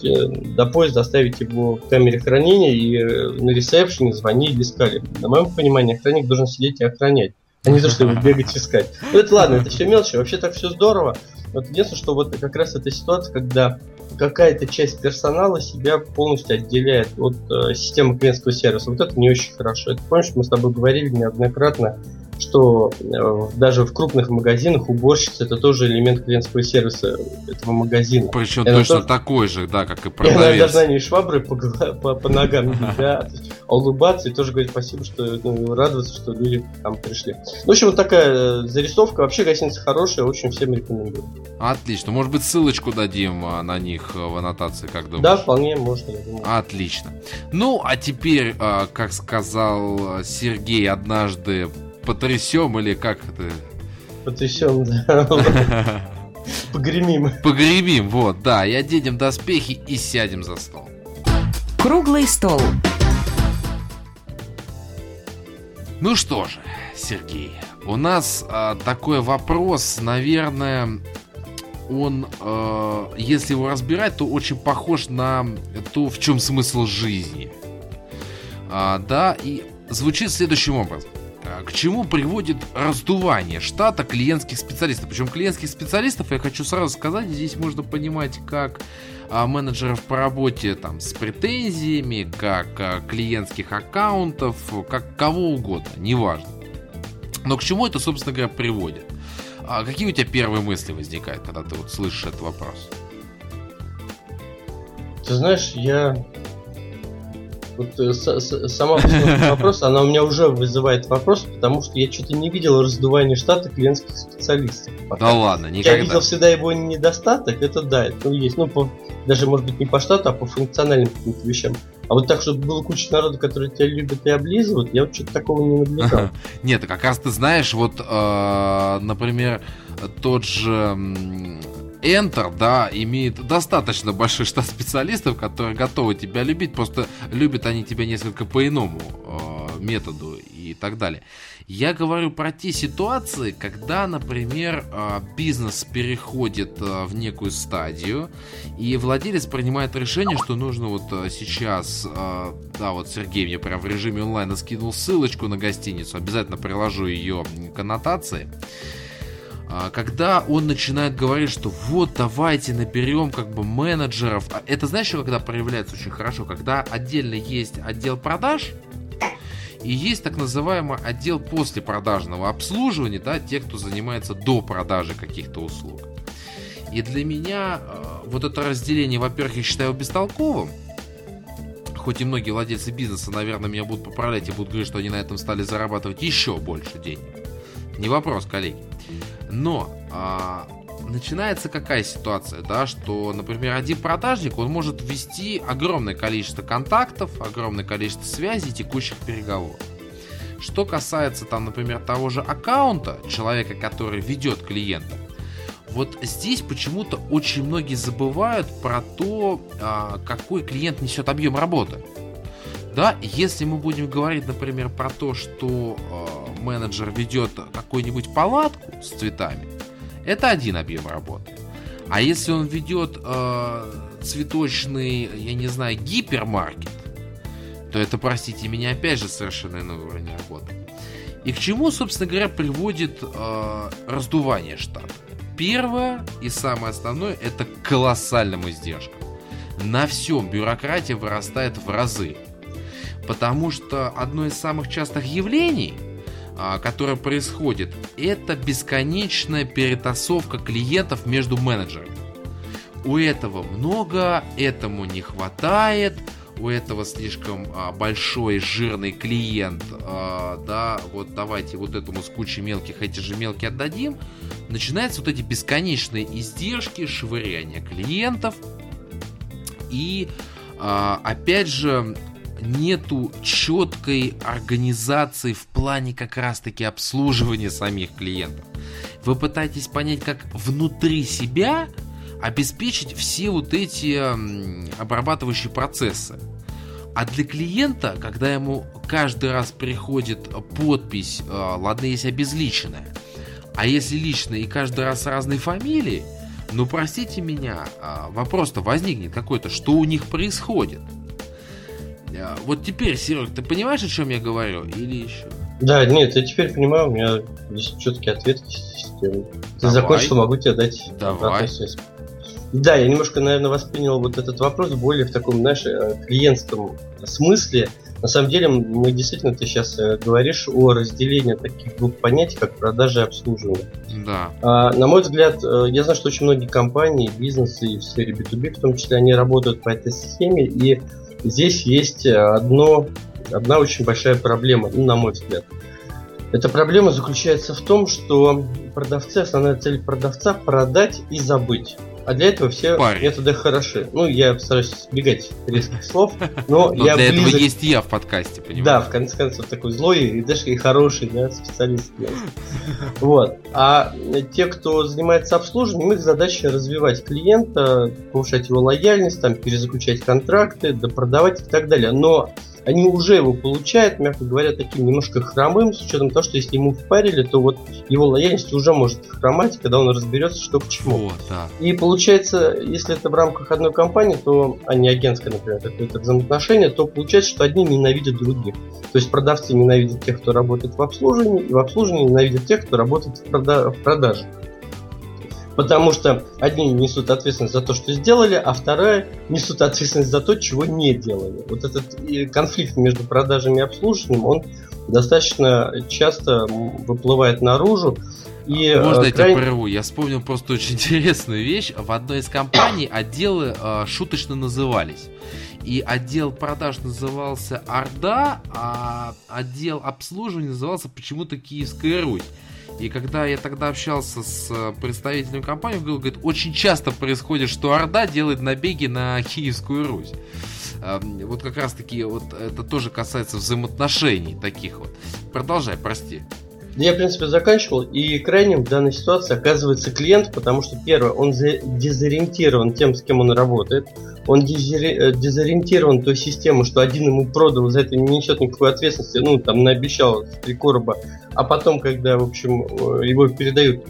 до поезда, оставить его в камере хранения, и на ресепшене звонили, искали. На моем понимании, охранник должен сидеть и охранять, а не то, чтобы бегать искать. Ну, это ладно, это все мелочи, вообще так все здорово. Вот единственное, что вот как раз эта ситуация, когда какая-то часть персонала себя полностью отделяет от э, системы клиентского сервиса. Вот это не очень хорошо. Это, помнишь, мы с тобой говорили неоднократно, что э, даже в крупных магазинах уборщица — это тоже элемент клиентского сервиса этого магазина. Причем точно тоже... такой же, да, как и продавец. И она должна не шваброй по, по, по ногам, да, а улыбаться и тоже говорить спасибо, что ну, радоваться, что люди там пришли. В общем, вот такая зарисовка. Вообще гостиница хорошая, очень всем рекомендую. Отлично. Может быть, ссылочку дадим на них в аннотации, как думаешь? Да, вполне можно, я думаю. Отлично. Ну, а теперь, как сказал Сергей однажды, потрясем или как это? Потрясем, да. Погремим. Погремим, вот, да. И оденем доспехи и сядем за стол. Круглый стол. Ну что же, Сергей, у нас а, такой вопрос, наверное, он, а, если его разбирать, то очень похож на то, в чем смысл жизни. А, да, и звучит следующим образом. К чему приводит раздувание штата клиентских специалистов? Причем клиентских специалистов, я хочу сразу сказать, здесь можно понимать как а, менеджеров по работе там, с претензиями, как а, клиентских аккаунтов, как кого угодно, неважно. Но к чему это, собственно говоря, приводит? А какие у тебя первые мысли возникают, когда ты вот слышишь этот вопрос? Ты знаешь, я... Вот с- с- сама вопрос, она у меня уже вызывает вопрос, потому что я что-то не видел раздувания штата клиентских специалистов. Пока. Да ладно, никогда. Я видел всегда его недостаток, это да, это есть. Ну, по, даже, может быть, не по штату, а по функциональным каким-то вещам. А вот так, чтобы было куча народа, которые тебя любят и облизывают, я вот что-то такого не наблюдал. Нет, как раз ты знаешь, вот, например, тот же... Enter, да, имеет достаточно большой штат специалистов, которые готовы тебя любить, просто любят они тебя несколько по-иному, методу и так далее. Я говорю про те ситуации, когда, например, бизнес переходит в некую стадию, и владелец принимает решение, что нужно вот сейчас, да, вот Сергей мне прям в режиме онлайна скинул ссылочку на гостиницу, обязательно приложу ее к аннотации. Когда он начинает говорить, что вот давайте наберем как бы менеджеров. Это знаешь, что когда проявляется очень хорошо? Когда отдельно есть отдел продаж и есть так называемый отдел послепродажного обслуживания, да, те, кто занимается до продажи каких-то услуг. И для меня вот это разделение, во-первых, я считаю бестолковым. Хоть и многие владельцы бизнеса, наверное, меня будут поправлять и будут говорить, что они на этом стали зарабатывать еще больше денег. Не вопрос, коллеги. Но а, начинается какая ситуация, да, что, например, один продажник, он может ввести огромное количество контактов, огромное количество связей, текущих переговоров. Что касается, там, например, того же аккаунта, человека, который ведет клиента, вот здесь почему-то очень многие забывают про то, а, какой клиент несет объем работы. Да, если мы будем говорить, например, про то, что э, менеджер ведет какую-нибудь палатку с цветами, это один объем работы. А если он ведет э, цветочный, я не знаю, гипермаркет, то это, простите меня, опять же совершенно иной уровень работы. И к чему, собственно говоря, приводит э, раздувание штата? Первое и самое основное — это к колоссальным издержкам. На всем бюрократия вырастает в разы. Потому что одно из самых частых явлений, которое происходит, это бесконечная перетасовка клиентов между менеджерами. У этого много, этому не хватает, у этого слишком большой жирный клиент, да, вот давайте вот этому с кучей мелких, эти же мелкие отдадим. Начинаются вот эти бесконечные издержки, швыряние клиентов. И опять же, нету четкой организации в плане как раз-таки обслуживания самих клиентов. Вы пытаетесь понять, как внутри себя обеспечить все вот эти обрабатывающие процессы. А для клиента, когда ему каждый раз приходит подпись, ладно, есть обезличенная, а если личная и каждый раз с разной фамилией, ну простите меня, вопрос-то возникнет какой-то, что у них происходит. Вот теперь, Серег, ты понимаешь, о чем я говорю, или еще? Да, нет, я теперь понимаю, у меня здесь четкий ответ. Ты закончил, что могу тебе дать обратную связь. Да, я немножко, наверное, воспринял вот этот вопрос более в таком, знаешь, клиентском смысле. На самом деле, мы действительно, ты сейчас говоришь о разделении таких двух понятий, как продажа и обслуживание. Да. А, на мой взгляд, я знаю, что очень многие компании, бизнесы и в сфере би ту би, в том числе, они работают по этой схеме, и здесь есть одно, одна очень большая проблема, ну, на мой взгляд. Эта проблема заключается в том, что продавцы, основная цель продавца — продать и забыть. А для этого все Парень. методы хороши. Ну, я постараюсь избегать резких слов, но, но я для близок... этого есть я в подкасте, понимаешь? Да, в конце концов, такой злой и даже и хороший, да, специалист. Вот. А те, кто занимается обслуживанием, их задача развивать клиента, повышать его лояльность, там, перезаключать контракты, допродавать и так далее. Но они уже его получают, мягко говоря, таким немножко хромым, с учетом того, что если ему впарили, то вот его лояльность уже может хромать, когда он разберется, что к чему. О, да. И получается, если это в рамках одной компании, то, а не агентское, например, какое-то взаимоотношение, то получается, что одни ненавидят других. То есть продавцы ненавидят тех, кто работает в обслуживании, и в обслуживании ненавидят тех, кто работает в, прода- в продаже. Потому что одни несут ответственность за то, что сделали, а вторая несут ответственность за то, чего не делали. Вот этот конфликт между продажами и обслуживанием, он достаточно часто выплывает наружу. И Можно я крайне... тебя прерву? Я вспомнил просто очень интересную вещь. В одной из компаний отделы э, шуточно назывались. И отдел продаж назывался Орда, а отдел обслуживания назывался почему-то Киевская Русь. И когда я тогда общался с представителем компании, он говорит, очень часто происходит, что Орда делает набеги на Киевскую Русь. Вот как раз таки вот это тоже касается взаимоотношений таких вот. Продолжай, прости. Да я, в принципе, заканчивал. И крайним в данной ситуации оказывается клиент, потому что, первое, он дезориентирован тем, с кем он работает. Он дезориентирован той системой, что один ему продал, за это не несет никакой ответственности, ну, там, наобещал три короба. А потом, когда, в общем, его передают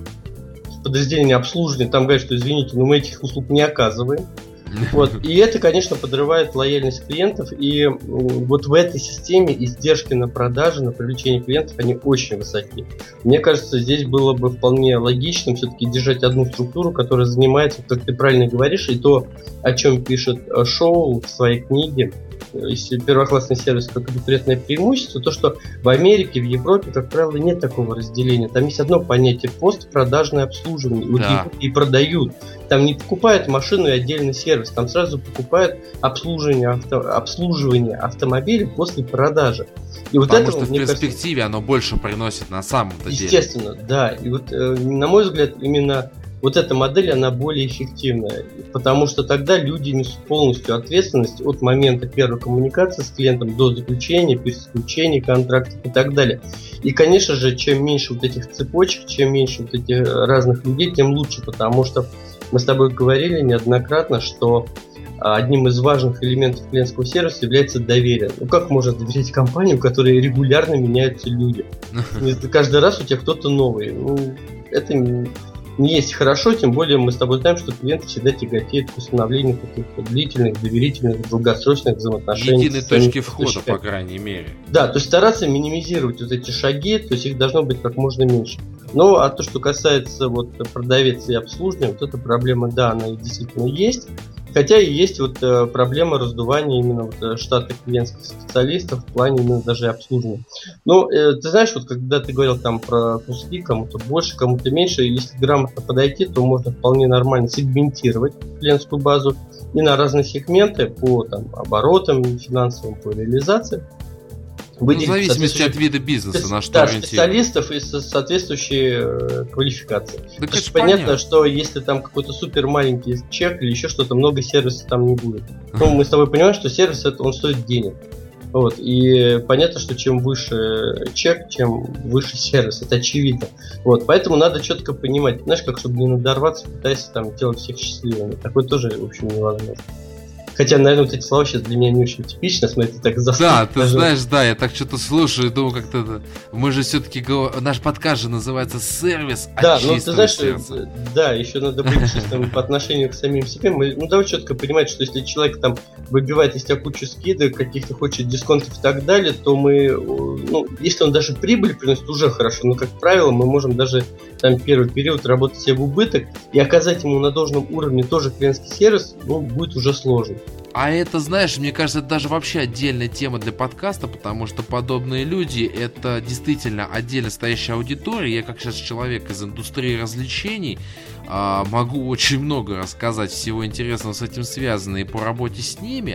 в подразделение обслуживания, там говорят, что, извините, но мы этих услуг не оказываем. Вот. И это, конечно, подрывает лояльность клиентов. И вот в этой системе издержки на продажи, на привлечение клиентов, они очень высоки. Мне кажется, здесь было бы вполне логичным все-таки держать одну структуру, которая занимается, как ты правильно говоришь, и то, о чем пишет Шоу в своей книге, если первоклассный сервис как конкурентное преимущество, то что в Америке, в Европе, как правило, нет такого разделения. Там есть одно понятие – постпродажное обслуживание. Да. И, и продают. Там не покупают машину и отдельный сервис, там сразу покупают обслуживание, авто, обслуживание автомобиля после продажи. И вот Потому этого, что в перспективе кажется, оно больше приносит на самом-то деле. Естественно, да. И вот, э, на мой взгляд, именно вот эта модель, она более эффективная, потому что тогда люди несут полностью ответственность от момента первой коммуникации с клиентом до заключения, перезаключения контрактов и так далее. И, конечно же, чем меньше вот этих цепочек, чем меньше вот этих разных людей, тем лучше, потому что мы с тобой говорили неоднократно, что одним из важных элементов клиентского сервиса является доверие. Ну как можно доверять компании, у которой регулярно меняются люди? Каждый раз у тебя кто-то новый. Ну, это не... не есть хорошо, тем более мы с тобой знаем, что клиенты всегда тяготеют к установлению каких-то длительных, доверительных, долгосрочных взаимоотношений. Единой точки входа, по крайней мере. Да, то есть стараться минимизировать вот эти шаги, то есть их должно быть как можно меньше. Ну, а то, что касается вот продавец и обслуживания, вот эта проблема, да, она действительно есть. Хотя и есть вот э, проблема раздувания именно вот, э, штата клиентских специалистов в плане именно даже обслуживания. Ну, э, ты знаешь, вот когда ты говорил там про куски, кому-то больше, кому-то меньше, если грамотно подойти, то можно вполне нормально сегментировать клиентскую базу и на разные сегменты по там, оборотам финансовым, по реализации. Ну, в зависимости от вида бизнеса, на что да, ориентирован. Специалистов и соответствующей э, квалификации. Да, То есть понятно, понятно, что если там какой-то супер маленький чек или еще что-то, много сервисов там не будет. Но мы с тобой понимаем, что сервис это он стоит денег. Вот. И понятно, что чем выше чек, чем выше сервис, это очевидно. Вот. Поэтому надо четко понимать, знаешь, как чтобы не надорваться, пытаясь там делать всех счастливыми. Такое тоже, в общем, невозможно. Хотя, наверное, вот эти слова сейчас для меня не очень типично, смотрите, так заставили. Да, ты даже... знаешь, да, я так что-то слушаю и думаю, как-то... Мы же все-таки... Наш подкаст же называется «Сервис от да, чистого ну, ты знаешь, сердца». Да, еще надо быть чистым по отношению к самим себе. Мы, ну, давай четко понимать, что если человек там выбивает из тебя кучу скидок, каких-то хочет дисконтов и так далее, то мы... Ну, если он даже прибыль приносит, уже хорошо. Но, как правило, мы можем даже там первый период работать себе в убыток и оказать ему на должном уровне тоже клиентский сервис, ну, будет уже сложно. А это, знаешь, мне кажется, это даже вообще отдельная тема для подкаста, потому что подобные люди — это действительно отдельно стоящая аудитория. Я как сейчас человек из индустрии развлечений могу очень много рассказать всего интересного с этим связано и по работе с ними,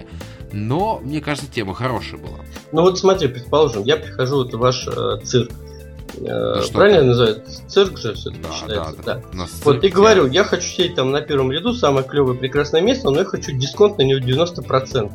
но мне кажется, тема хорошая была. Ну вот смотри, предположим, я прихожу в ваш э, цирк. Да, правильно называется? Цирк же все-таки да, считается. Да, да. Да. Вот и говорю, я хочу сидеть там на первом ряду, самое клевое прекрасное место, но я хочу дисконт на него девяносто процентов.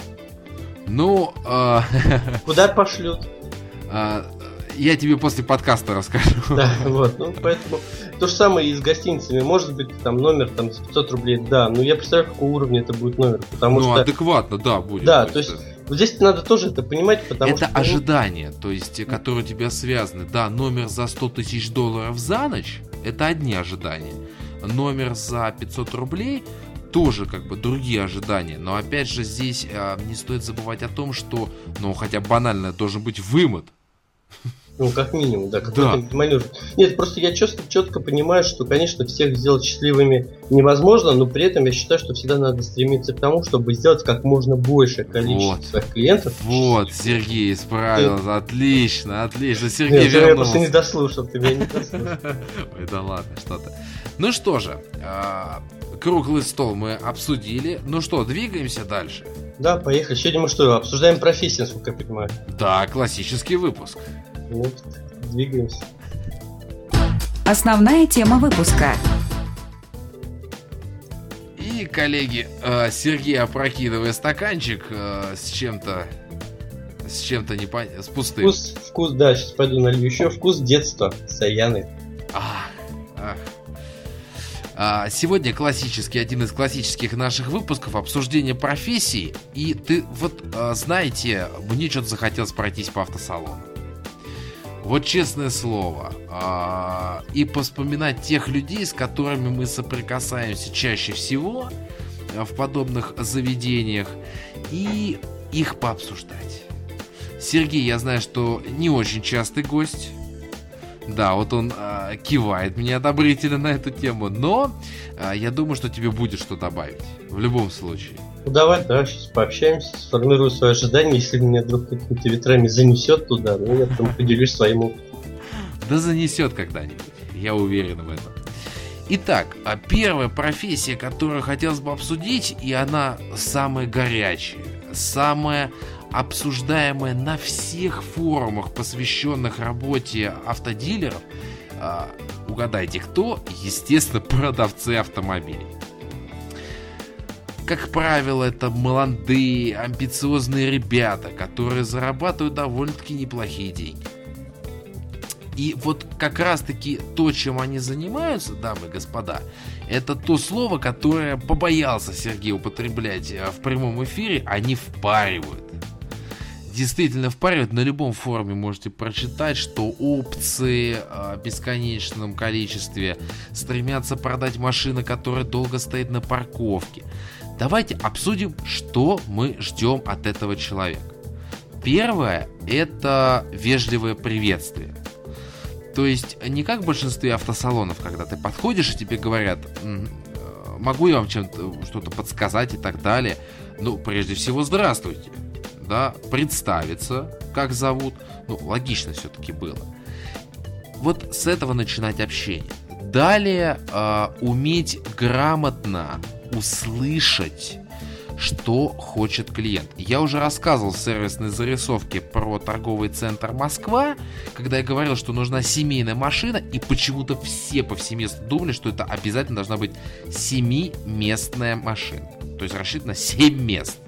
Ну, а... куда пошлют? А... Я тебе после подкаста расскажу. Да, вот, ну поэтому то же самое и с гостиницами. Может быть, там номер там за пятьсот рублей, да, но я представляю, какого уровня это будет номер, потому ну, что... адекватно, да, будет. Да, то есть, вот здесь надо тоже это понимать, потому это что... Это ожидания, то есть, которые у тебя связаны. Да, номер за сто тысяч долларов за ночь, это одни ожидания. Номер за пятьсот рублей... тоже как бы другие ожидания. Но опять же здесь э, не стоит забывать о том, что, ну, хотя банально должен быть вымот. Ну, как минимум, да, какой-то да. маневр. Нет, просто я четко, четко понимаю, что, конечно, всех сделать счастливыми невозможно, но при этом я считаю, что всегда надо стремиться к тому, чтобы сделать как можно большее количество вот. своих клиентов. Вот, Сергей справился, ты... отлично, отлично, Сергей Нет, вернулся. Я просто не дослушал, ты меня не дослушал. Ой, да ладно, что-то. Ну что же, круглый стол мы обсудили. Ну что, двигаемся дальше? Да, поехали. Сегодня мы что, обсуждаем профессии, насколько я понимаю? Да, классический выпуск. Вот, двигаемся. Основная тема выпуска. И, коллеги, Сергей, опрокидывая стаканчик с чем-то с чем-то непонятным, с пустым. Вкус, вкус, да, сейчас пойду налью еще. Вкус детства с Аяной. Ах, ах. А, сегодня классический, один из классических наших выпусков обсуждение профессий. И ты вот, а, знаете, мне что-то захотелось пройтись по автосалону. Вот честное слово, а, и поспоминать тех людей, с которыми мы соприкасаемся чаще всего в подобных заведениях, и их пообсуждать. Сергей, я знаю, что не очень частый гость. Да, вот он а, кивает мне одобрительно на эту тему, но а, я думаю, что тебе будет что добавить в любом случае. Ну давай, да, сейчас пообщаемся, сформирую свои ожидания, если меня вдруг какими-то ветрами занесет туда, ну я потом поделюсь своим опытом. Да занесет когда-нибудь, я уверен в этом. Итак, первая профессия, которую хотелось бы обсудить, и она самая горячая, самая обсуждаемая на всех форумах, посвященных работе автодилеров. А, угадайте, кто? Естественно, продавцы автомобилей. Как правило, это молодые, амбициозные ребята, которые зарабатывают довольно-таки неплохие деньги. И вот как раз-таки то, чем они занимаются, дамы и господа, это то слово, которое побоялся Сергей употреблять в прямом эфире, они впаривают. Действительно впаривают. На любом форуме можете прочитать, что опции в бесконечном количестве стремятся продать машины, которая долго стоит на парковке. Давайте обсудим, что мы ждем от этого человека. Первое – это вежливое приветствие. То есть не как в большинстве автосалонов, когда ты подходишь и тебе говорят: могу я вам чем-то что-то подсказать и так далее. Ну, прежде всего, здравствуйте. Да, представиться, как зовут. Ну, логично все-таки было. Вот с этого начинать общение. Далее э, уметь грамотно услышать, что хочет клиент. Я уже рассказывал в сервисной зарисовке про торговый центр Москва, когда я говорил, что нужна семейная машина, и почему-то все повсеместно думали, что это обязательно должна быть семиместная машина. То есть рассчитана на семь мест.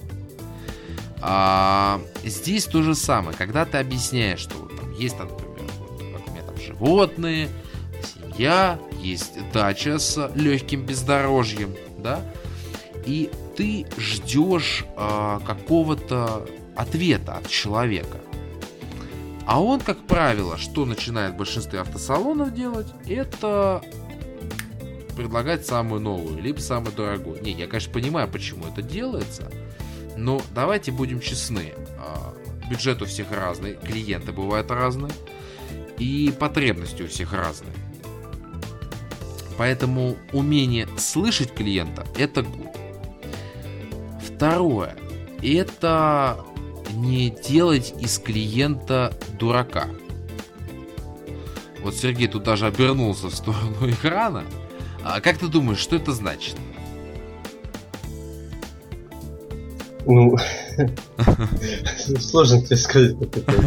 А, здесь то же самое, когда ты объясняешь, что вот, там, есть, там, например, вот, как у меня там животные, семья, есть дача с легким бездорожьем, да, и ты ждешь а, какого-то ответа от человека. А он, как правило, что начинает в большинстве автосалонов делать, это предлагать самую новую, либо самую дорогую. Не, я, конечно, понимаю, почему это делается. Но давайте будем честны, бюджет у всех разный, клиенты бывают разные, и потребности у всех разные. Поэтому умение слышать клиента – это good. Второе – это не делать из клиента дурака. Вот Сергей тут даже обернулся в сторону экрана. А как ты думаешь, что это значит? Ну, сложно тебе сказать, как это.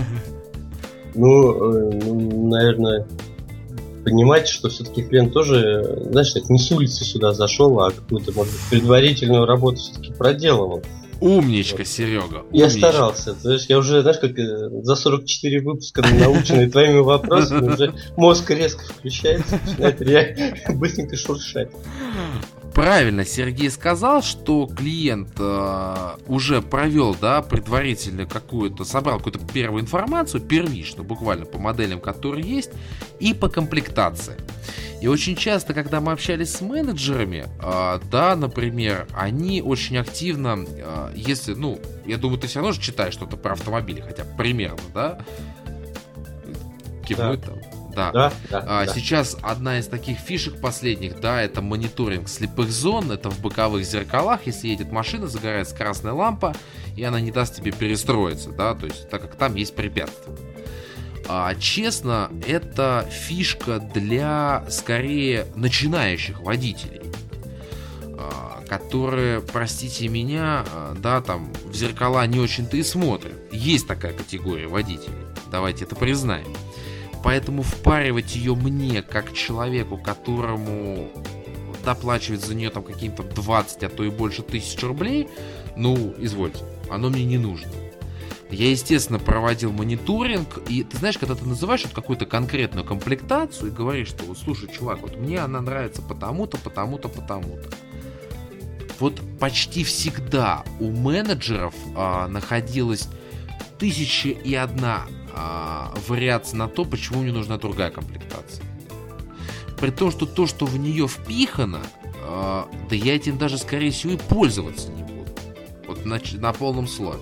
Ну, наверное, понимать, что все-таки клиент тоже, знаешь, не с улицы сюда зашел, а какую-то, может быть, предварительную работу все-таки проделывал. Умничка, вот. Серега. Умничка. Я старался. Знаешь, я уже, знаешь, как за сорок четыре выпуска наученный твоими вопросами, уже мозг резко включается, начинает реально быстренько шуршать. Правильно Сергей сказал, что клиент э, уже провел, да, предварительно какую-то, собрал какую-то первую информацию, первичную, буквально по моделям, которые есть, и по комплектации. И очень часто, когда мы общались с менеджерами, э, да, например, они очень активно, э, если, ну, я думаю, ты все равно же читаешь что-то про автомобили, хотя бы примерно, да? Кивнуть там. Да. Да, да, а, да. Сейчас одна из таких фишек последних, да, это мониторинг слепых зон, это в боковых зеркалах, если едет машина, загорается красная лампа, и она не даст тебе перестроиться, да, то есть, так как там есть препятствия. А, честно, это фишка для, скорее, начинающих водителей, а, которые, простите меня, а, да, там, в зеркала не очень-то и смотрят. Есть такая категория водителей, давайте это признаем. Поэтому впаривать ее мне, как человеку, которому доплачивать за нее там каким-то двадцать, а то и больше тысяч рублей, ну, извольте, оно мне не нужно. Я, естественно, проводил мониторинг, и ты знаешь, когда ты называешь вот какую-то конкретную комплектацию и говоришь, что вот слушай, чувак, вот мне она нравится потому-то, потому-то, потому-то. Вот почти всегда у менеджеров а, находилась тысяча и одна а, вариация на то, почему мне нужна другая комплектация. При том, что то, что в нее впихано, а, да я этим даже, скорее всего, и пользоваться не буду. Вот на, на полном слове.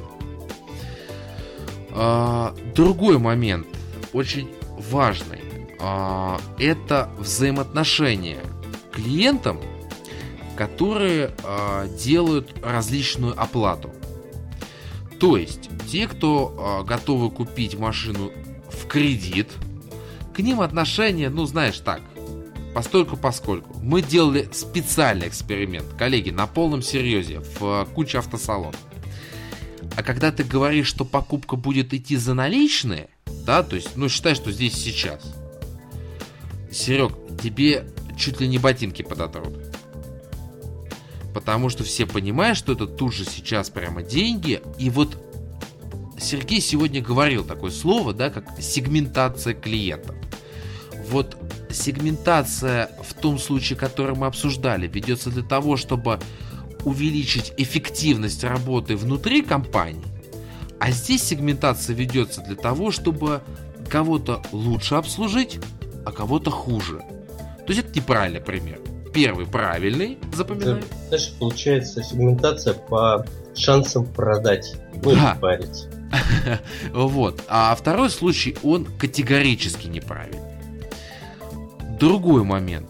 А, другой момент, очень важный, а, это взаимоотношения к клиентам, которые а, делают различную оплату. То есть, те, кто а, готовы купить машину в кредит, к ним отношение, ну, знаешь, так, постольку-поскольку. Мы делали специальный эксперимент, коллеги, на полном серьезе, в а, куче автосалонов. А когда ты говоришь, что покупка будет идти за наличные, да, то есть, ну, считай, что здесь сейчас, Серег, тебе чуть ли не ботинки подотрут. Потому что все понимают, что это тут же сейчас прямо деньги. И вот Сергей сегодня говорил такое слово, да, как сегментация клиентов. Вот сегментация в том случае, который мы обсуждали, ведется для того, чтобы увеличить эффективность работы внутри компании. А здесь сегментация ведется для того, чтобы кого-то лучше обслужить, а кого-то хуже. То есть это неправильный пример. Первый правильный, запоминай. Знаешь, получается сегментация по шансам продать, ну да. и парить. Вот. А второй случай, он категорически неправильный. Другой момент.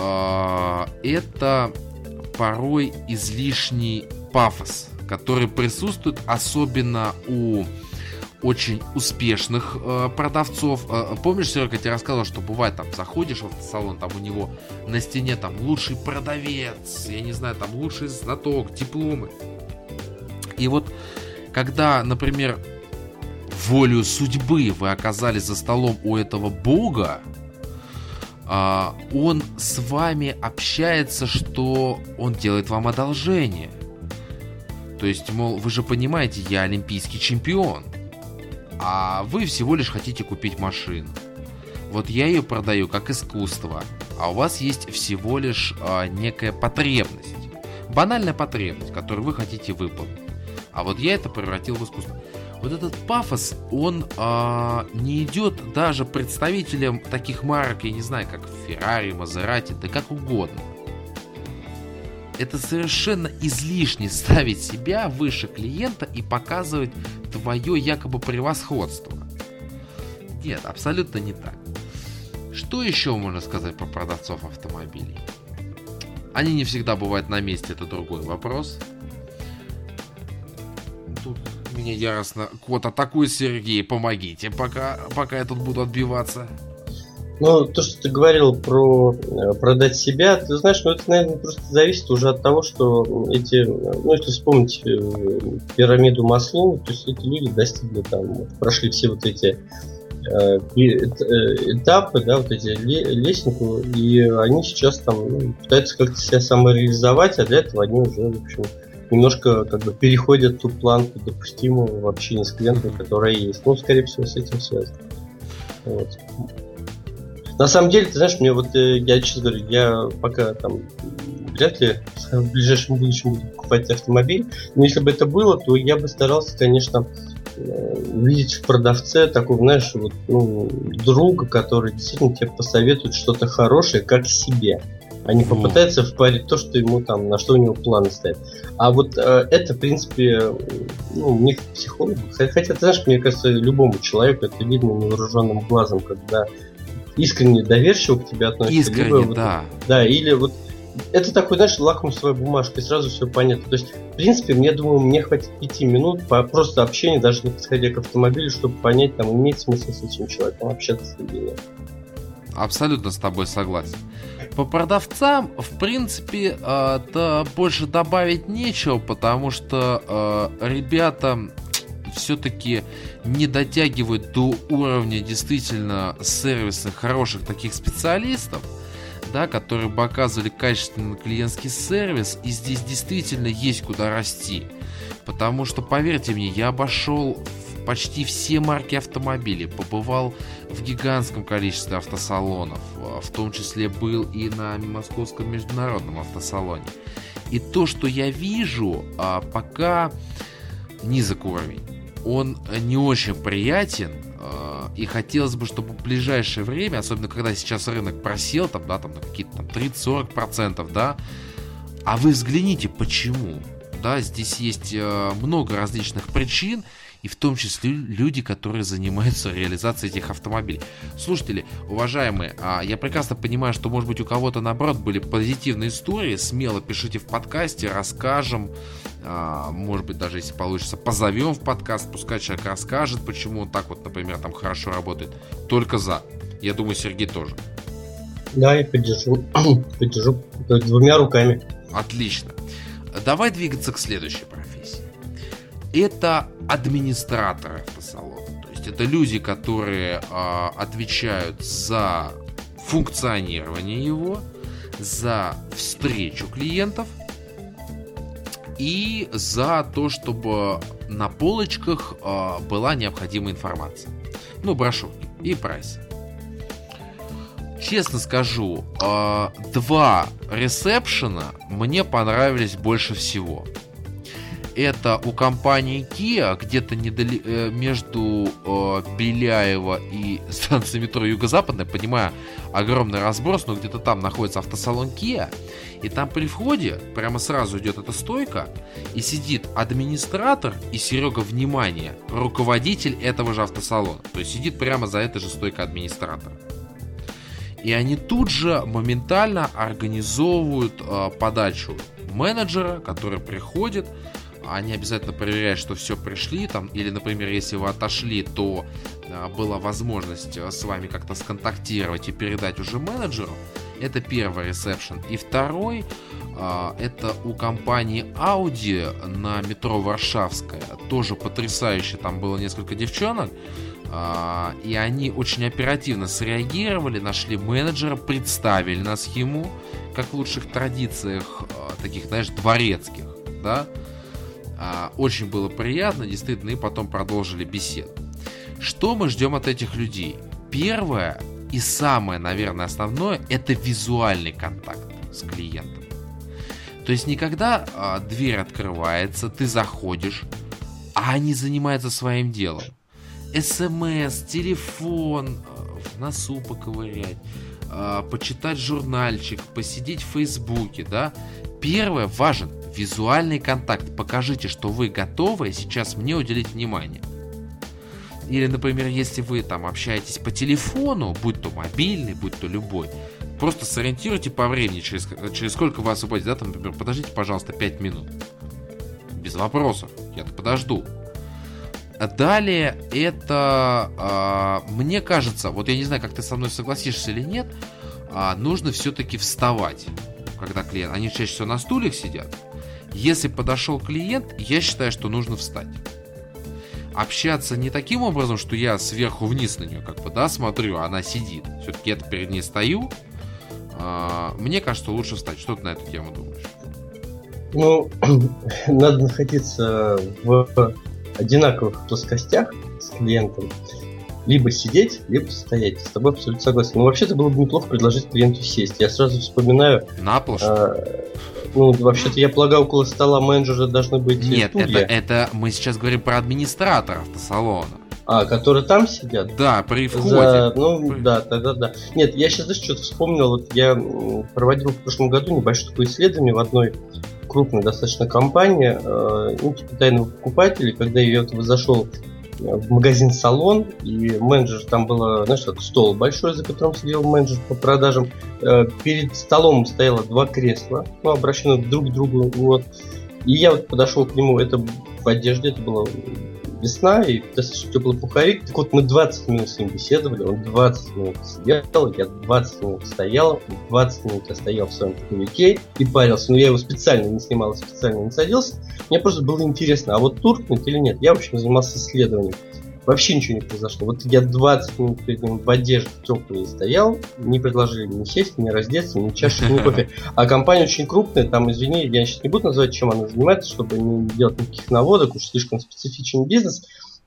Это порой излишний пафос, который присутствует особенно у очень успешных э, продавцов. Э, помнишь, Серега, я тебе рассказывал, что бывает, там, заходишь в автосалон, там у него на стене там лучший продавец, я не знаю, там лучший знаток, дипломы. И вот, когда, например, волею судьбы вы оказались за столом у этого бога, э, он с вами общается, что он делает вам одолжение. То есть, мол, вы же понимаете, я олимпийский чемпион, а вы всего лишь хотите купить машину. Вот я ее продаю как искусство, а у вас есть всего лишь а, некая потребность. Банальная потребность, которую вы хотите выполнить. А вот я это превратил в искусство. Вот этот пафос, он а, не идет даже представителям таких марок, я не знаю, как Ferrari, Maserati, да как угодно. Это совершенно излишне ставить себя выше клиента и показывать твое якобы превосходство. Нет, абсолютно не так. Что еще можно сказать про продавцов автомобилей? Они не всегда бывают на месте, это другой вопрос. Тут меня яростно кот атакует, Сергей, помогите, пока, пока я тут буду отбиваться. Ну, то, что ты говорил про э, продать себя, ты знаешь, ну это, наверное, просто зависит уже от того, что эти, ну, если вспомнить э, пирамиду Маслоу, то есть эти люди достигли там, прошли все вот эти э, этапы, да, вот эти лестнику, и они сейчас там ну, пытаются как-то себя самореализовать, а для этого они уже, в общем, немножко как бы переходят ту планку допустимую в общении с клиентом, которая есть. Ну, скорее всего, с этим связано. Вот. На самом деле, ты знаешь, мне вот, я честно говорю, я пока там вряд ли в ближайшем будущем буду покупать автомобиль, но если бы это было, то я бы старался, конечно, увидеть в продавце такого, знаешь, вот, ну, друга, который действительно тебе посоветует что-то хорошее, как себе, а не попытается впарить то, что ему там, на что у него планы стоят. А вот э, это, в принципе, ну, мне как психологу, хотя, ты знаешь, мне кажется, любому человеку это видно невооруженным глазом, когда искренне доверчиво к тебе относятся. Искренне, либо, да. Вот, да, или вот это такой, знаешь, лакмусовая бумажка, и сразу все понятно. То есть, в принципе, мне, думаю, мне хватит пяти минут по просто общению, даже не подходя к автомобилю, чтобы понять, там, имеет смысл с этим человеком общаться или нет. Абсолютно с тобой согласен. По продавцам, в принципе, э, да, больше добавить нечего, потому что э, ребята все-таки не дотягивают до уровня действительно сервисных, хороших таких специалистов, да, которые бы оказывали качественный клиентский сервис, и здесь действительно есть куда расти. Потому что, поверьте мне, я обошел почти все марки автомобилей, побывал в гигантском количестве автосалонов, в том числе был и на Московском международном автосалоне. И то, что я вижу, пока низок уровень. Он не очень приятен, и хотелось бы, чтобы в ближайшее время, особенно когда сейчас рынок просел, там, да, там на какие-то там тридцать-сорок процентов, да, а вы взгляните, почему. Да, здесь есть много различных причин, и в том числе люди, которые занимаются реализацией этих автомобилей. Слушатели, уважаемые, я прекрасно понимаю, что, может быть, у кого-то, наоборот, были позитивные истории. Смело пишите в подкасте, расскажем. Может быть, даже если получится, позовем в подкаст. Пускай человек расскажет, почему он так вот, например, там хорошо работает. Только за. Я думаю, Сергей тоже. Да, я поддержу. Поддержу двумя руками. Отлично. Давай двигаться к следующей профессии. Это администраторы автосалона. То есть это люди, которые э, отвечают за функционирование его, за встречу клиентов и за то, чтобы на полочках э, была необходимая информация. Ну, брошюрки и прайсы. Честно скажу, э, два ресепшена мне понравились больше всего. Это у компании Kia, где-то недали... между э, Беляева и станцией метро Юго-Западная, понимаю, огромный разброс, но где-то там находится автосалон Kia, и там при входе прямо сразу идет эта стойка, и сидит администратор и, Серега, внимание, руководитель этого же автосалона, то есть сидит прямо за этой же стойкой администратора. И они тут же моментально организовывают э, подачу менеджера, который приходит. Они обязательно проверяют, что все пришли, там, или, например, если вы отошли, то а, была возможность с вами как-то сконтактировать и передать уже менеджеру. Это первый ресепшн. И второй, а, это у компании Audi на метро Варшавская. Тоже потрясающе, там было несколько девчонок. А, и они очень оперативно среагировали, нашли менеджера, представили нас ему, как в лучших традициях, а, таких, знаешь, дворецких, да. Очень было приятно, действительно, и потом продолжили беседу. Что мы ждем от этих людей? Первое и самое, наверное, основное – это визуальный контакт с клиентом. То есть не когда а, дверь открывается, ты заходишь, а они занимаются своим делом. СМС, телефон, в носу поковырять, а, почитать журнальчик, посидеть в Фейсбуке, да. Первое важен визуальный контакт. Покажите, что вы готовы сейчас мне уделить внимание. Или, например, если вы там общаетесь по телефону, будь то мобильный, будь то любой, просто сориентируйте по времени, через, через сколько вы освободите, да, там, например, подождите, пожалуйста, пять минут. Без вопросов, я-то подожду. Далее это, э, мне кажется, вот я не знаю, как ты со мной согласишься или нет, э, нужно все-таки вставать, когда клиент, они чаще всего на стульях сидят. Если подошел клиент, я считаю, что нужно встать. Общаться не таким образом, что я сверху вниз на нее, как бы, да, смотрю, а она сидит. Все-таки я-то перед ней стою. А, мне кажется, лучше встать. Что ты на эту тему думаешь? Ну, надо находиться в одинаковых плоскостях с клиентом. Либо сидеть, либо стоять. С тобой абсолютно согласен. Но вообще-то было бы неплохо предложить клиенту сесть. Я сразу вспоминаю... На пол, что ли? Ну, вообще-то я полагал, около стола менеджера должны быть Нет, стулья. это, это мы сейчас говорим про администратора автосалона. А, которые там сидят? Да, при входе. За, ну, при... да, тогда да. Нет, я сейчас, знаешь, что-то вспомнил. Вот я проводил в прошлом году небольшое такое исследование в одной крупной достаточно компании, э, ну, типа тайного покупателя, когда я вот зашел в магазин-салон, и менеджер, там было, знаешь, как стол большой, за которым сидел менеджер по продажам. Э, перед столом стояло два кресла, ну, обращенных друг к другу, вот. И я вот подошел к нему, это в одежде, это было весна, и достаточно теплый пуховик. Так вот, мы двадцать минут с ним беседовали, он двадцать минут сидел, я двадцать минут стоял, двадцать минут я стоял в своем пуховике и парился. Но я его специально не снимал, специально не садился. Мне просто было интересно, а вот туркнет или нет. Я, в общем, занимался исследованием. Вообще ничего не произошло. Вот я двадцать минут перед ним в одежде теплой стоял, не предложили ни сесть, ни раздеться, ни чашечку, ни кофе. А компания очень крупная, там, извини, я сейчас не буду называть, чем она занимается, чтобы не делать никаких наводок, уж слишком специфичный бизнес.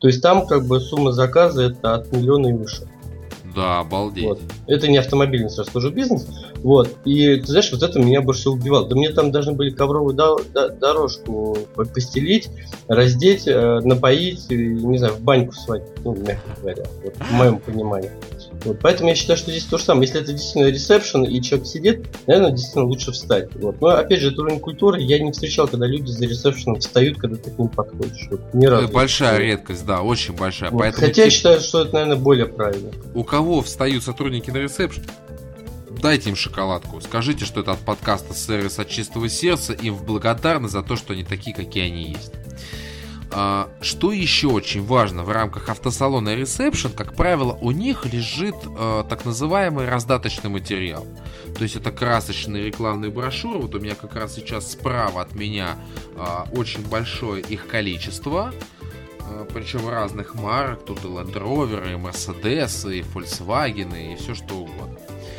То есть там как бы сумма заказа это от миллиона и выше. Да, обалдеть. Вот. Это не автомобильный, сразу скажу, бизнес. Вот. И ты знаешь, вот это меня больше всего убивало. Да мне там должны были ковровую до- до- дорожку постелить, раздеть, э, напоить, и, не знаю, в баньку сводить, ну, мягко говоря, вот, в моем понимании. Вот. Поэтому я считаю, что здесь то же самое. Если это действительно ресепшн и человек сидит, наверное, действительно лучше встать. Вот. Но опять же, это уровень культуры. Я не встречал, когда люди за ресепшеном встают, когда ты к ним подходишь. Вот. Ни разу. Большая редкость, да, очень большая. Вот. Поэтому Хотя те... я считаю, что это, наверное, более правильно. У кого встают сотрудники на ресепшн, дайте им шоколадку. Скажите, что это от подкаста «Сервис от чистого сердца». Им в благодарность за то, что они такие, какие они есть. А, что еще очень важно в рамках автосалона ресепшн, как правило, у них лежит а, так называемый раздаточный материал. То есть это красочные рекламные брошюры. Вот у меня как раз сейчас справа от меня а, очень большое их количество. Причем разных марок. Тут и Land Rover, и Mercedes, и Volkswagen, и все что угодно.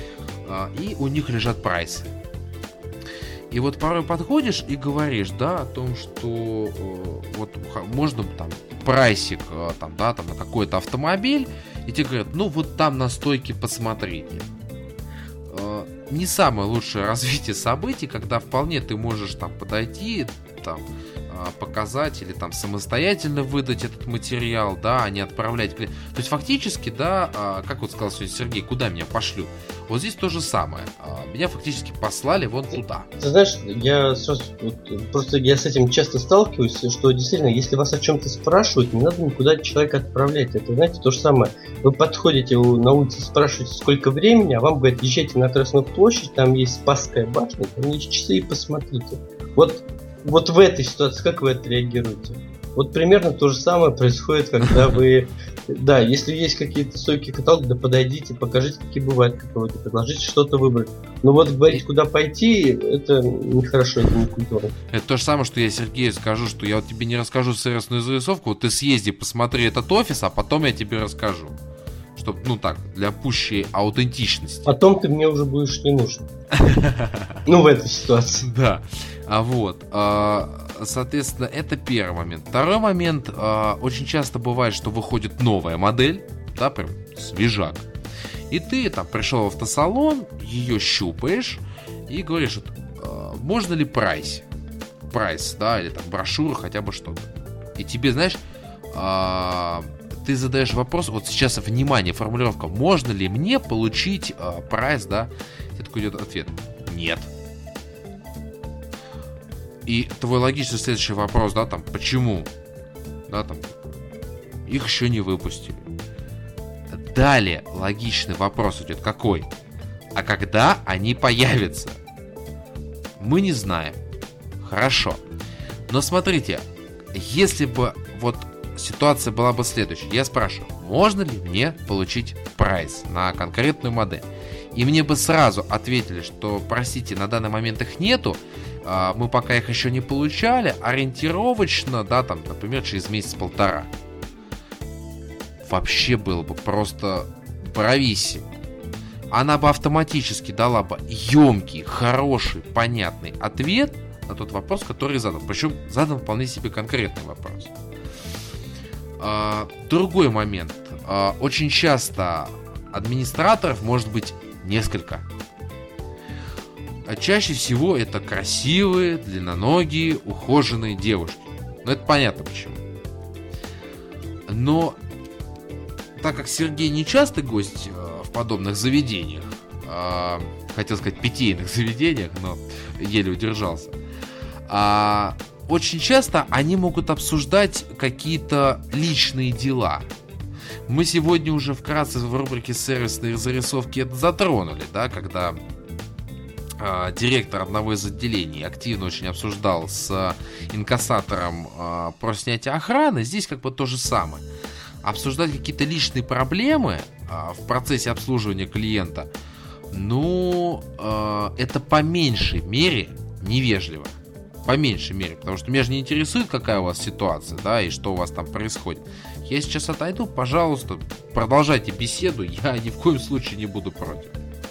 И у них лежат прайсы. И вот порой подходишь и говоришь, да, о том, что э, вот можно там прайсик э, там, да, там, на какой-то автомобиль, и тебе говорят, ну вот там на стойке посмотрите. Э, не самое лучшее развитие событий, когда вполне ты можешь там подойти, там, показать или там самостоятельно выдать этот материал, да, а не отправлять. То есть фактически, да, как вот сказал сегодня Сергей, куда меня пошлют? Вот здесь то же самое. Меня фактически послали вон туда. Ты знаешь, я сразу, вот, просто я с этим часто сталкиваюсь, что действительно, если вас о чем-то спрашивают, не надо никуда человека отправлять. Это, знаете, то же самое. Вы подходите на улице, спрашиваете, сколько времени, а вам говорят, езжайте на Красную площадь, там есть Спасская башня, там есть часы, и посмотрите. Вот Вот в этой ситуации как вы отреагируете? Вот примерно то же самое происходит, когда вы... Да, если есть какие-то стойкие каталоги, да подойдите, покажите, какие бывают каталоги, предложите что-то выбрать. Но вот говорить, куда пойти, это нехорошо, это не культура. Это то же самое, что я Сергею скажу, что я вот тебе не расскажу сервисную зарисовку, вот ты съезди, посмотри этот офис, а потом я тебе расскажу. Чтобы, ну так, для пущей аутентичности. Потом ты мне уже будешь не нужен. Ну, в этой ситуации. Да. А вот, соответственно, это первый момент. Второй момент, очень часто бывает, что выходит новая модель, да, прям свежак. И ты там пришел в автосалон, ее щупаешь и говоришь, вот, можно ли прайс? Прайс, да, или там брошюра, хотя бы что-то. И тебе, знаешь, ты задаешь вопрос, вот сейчас, внимание, формулировка, можно ли мне получить прайс, да? И такой идет ответ, нет. И твой логический следующий вопрос, да, там, почему? Да, там, их еще не выпустили. Далее логичный вопрос идет какой? А когда они появятся? Мы не знаем. Хорошо. Но смотрите, если бы вот ситуация была бы следующей. Я спрашиваю, можно ли мне получить прайс на конкретную модель? И мне бы сразу ответили, что, простите, на данный момент их нету, мы пока их еще не получали, ориентировочно, да, там, например, через месяц-полтора. Вообще было бы просто брависсимо. Она бы автоматически дала бы емкий, хороший, понятный ответ на тот вопрос, который задан. Причем задан вполне себе конкретный вопрос. Другой момент. Очень часто администраторов может быть несколько. А чаще всего это красивые, длинноногие, ухоженные девушки. Ну, это понятно почему. Но так как Сергей не частый гость в подобных заведениях, хотел сказать питейных заведениях, но еле удержался, очень часто они могут обсуждать какие-то личные дела. Мы сегодня уже вкратце в рубрике «Сервисные зарисовки» это затронули, да, когда э, директор одного из отделений активно очень обсуждал с инкассатором э, про снятие охраны. Здесь как бы то же самое. Обсуждать какие-то личные проблемы э, в процессе обслуживания клиента, ну, э, это по меньшей мере невежливо. По меньшей мере, потому что меня же не интересует, какая у вас ситуация, да, и что у вас там происходит. Я сейчас отойду, пожалуйста, продолжайте беседу, я ни в коем случае не буду против.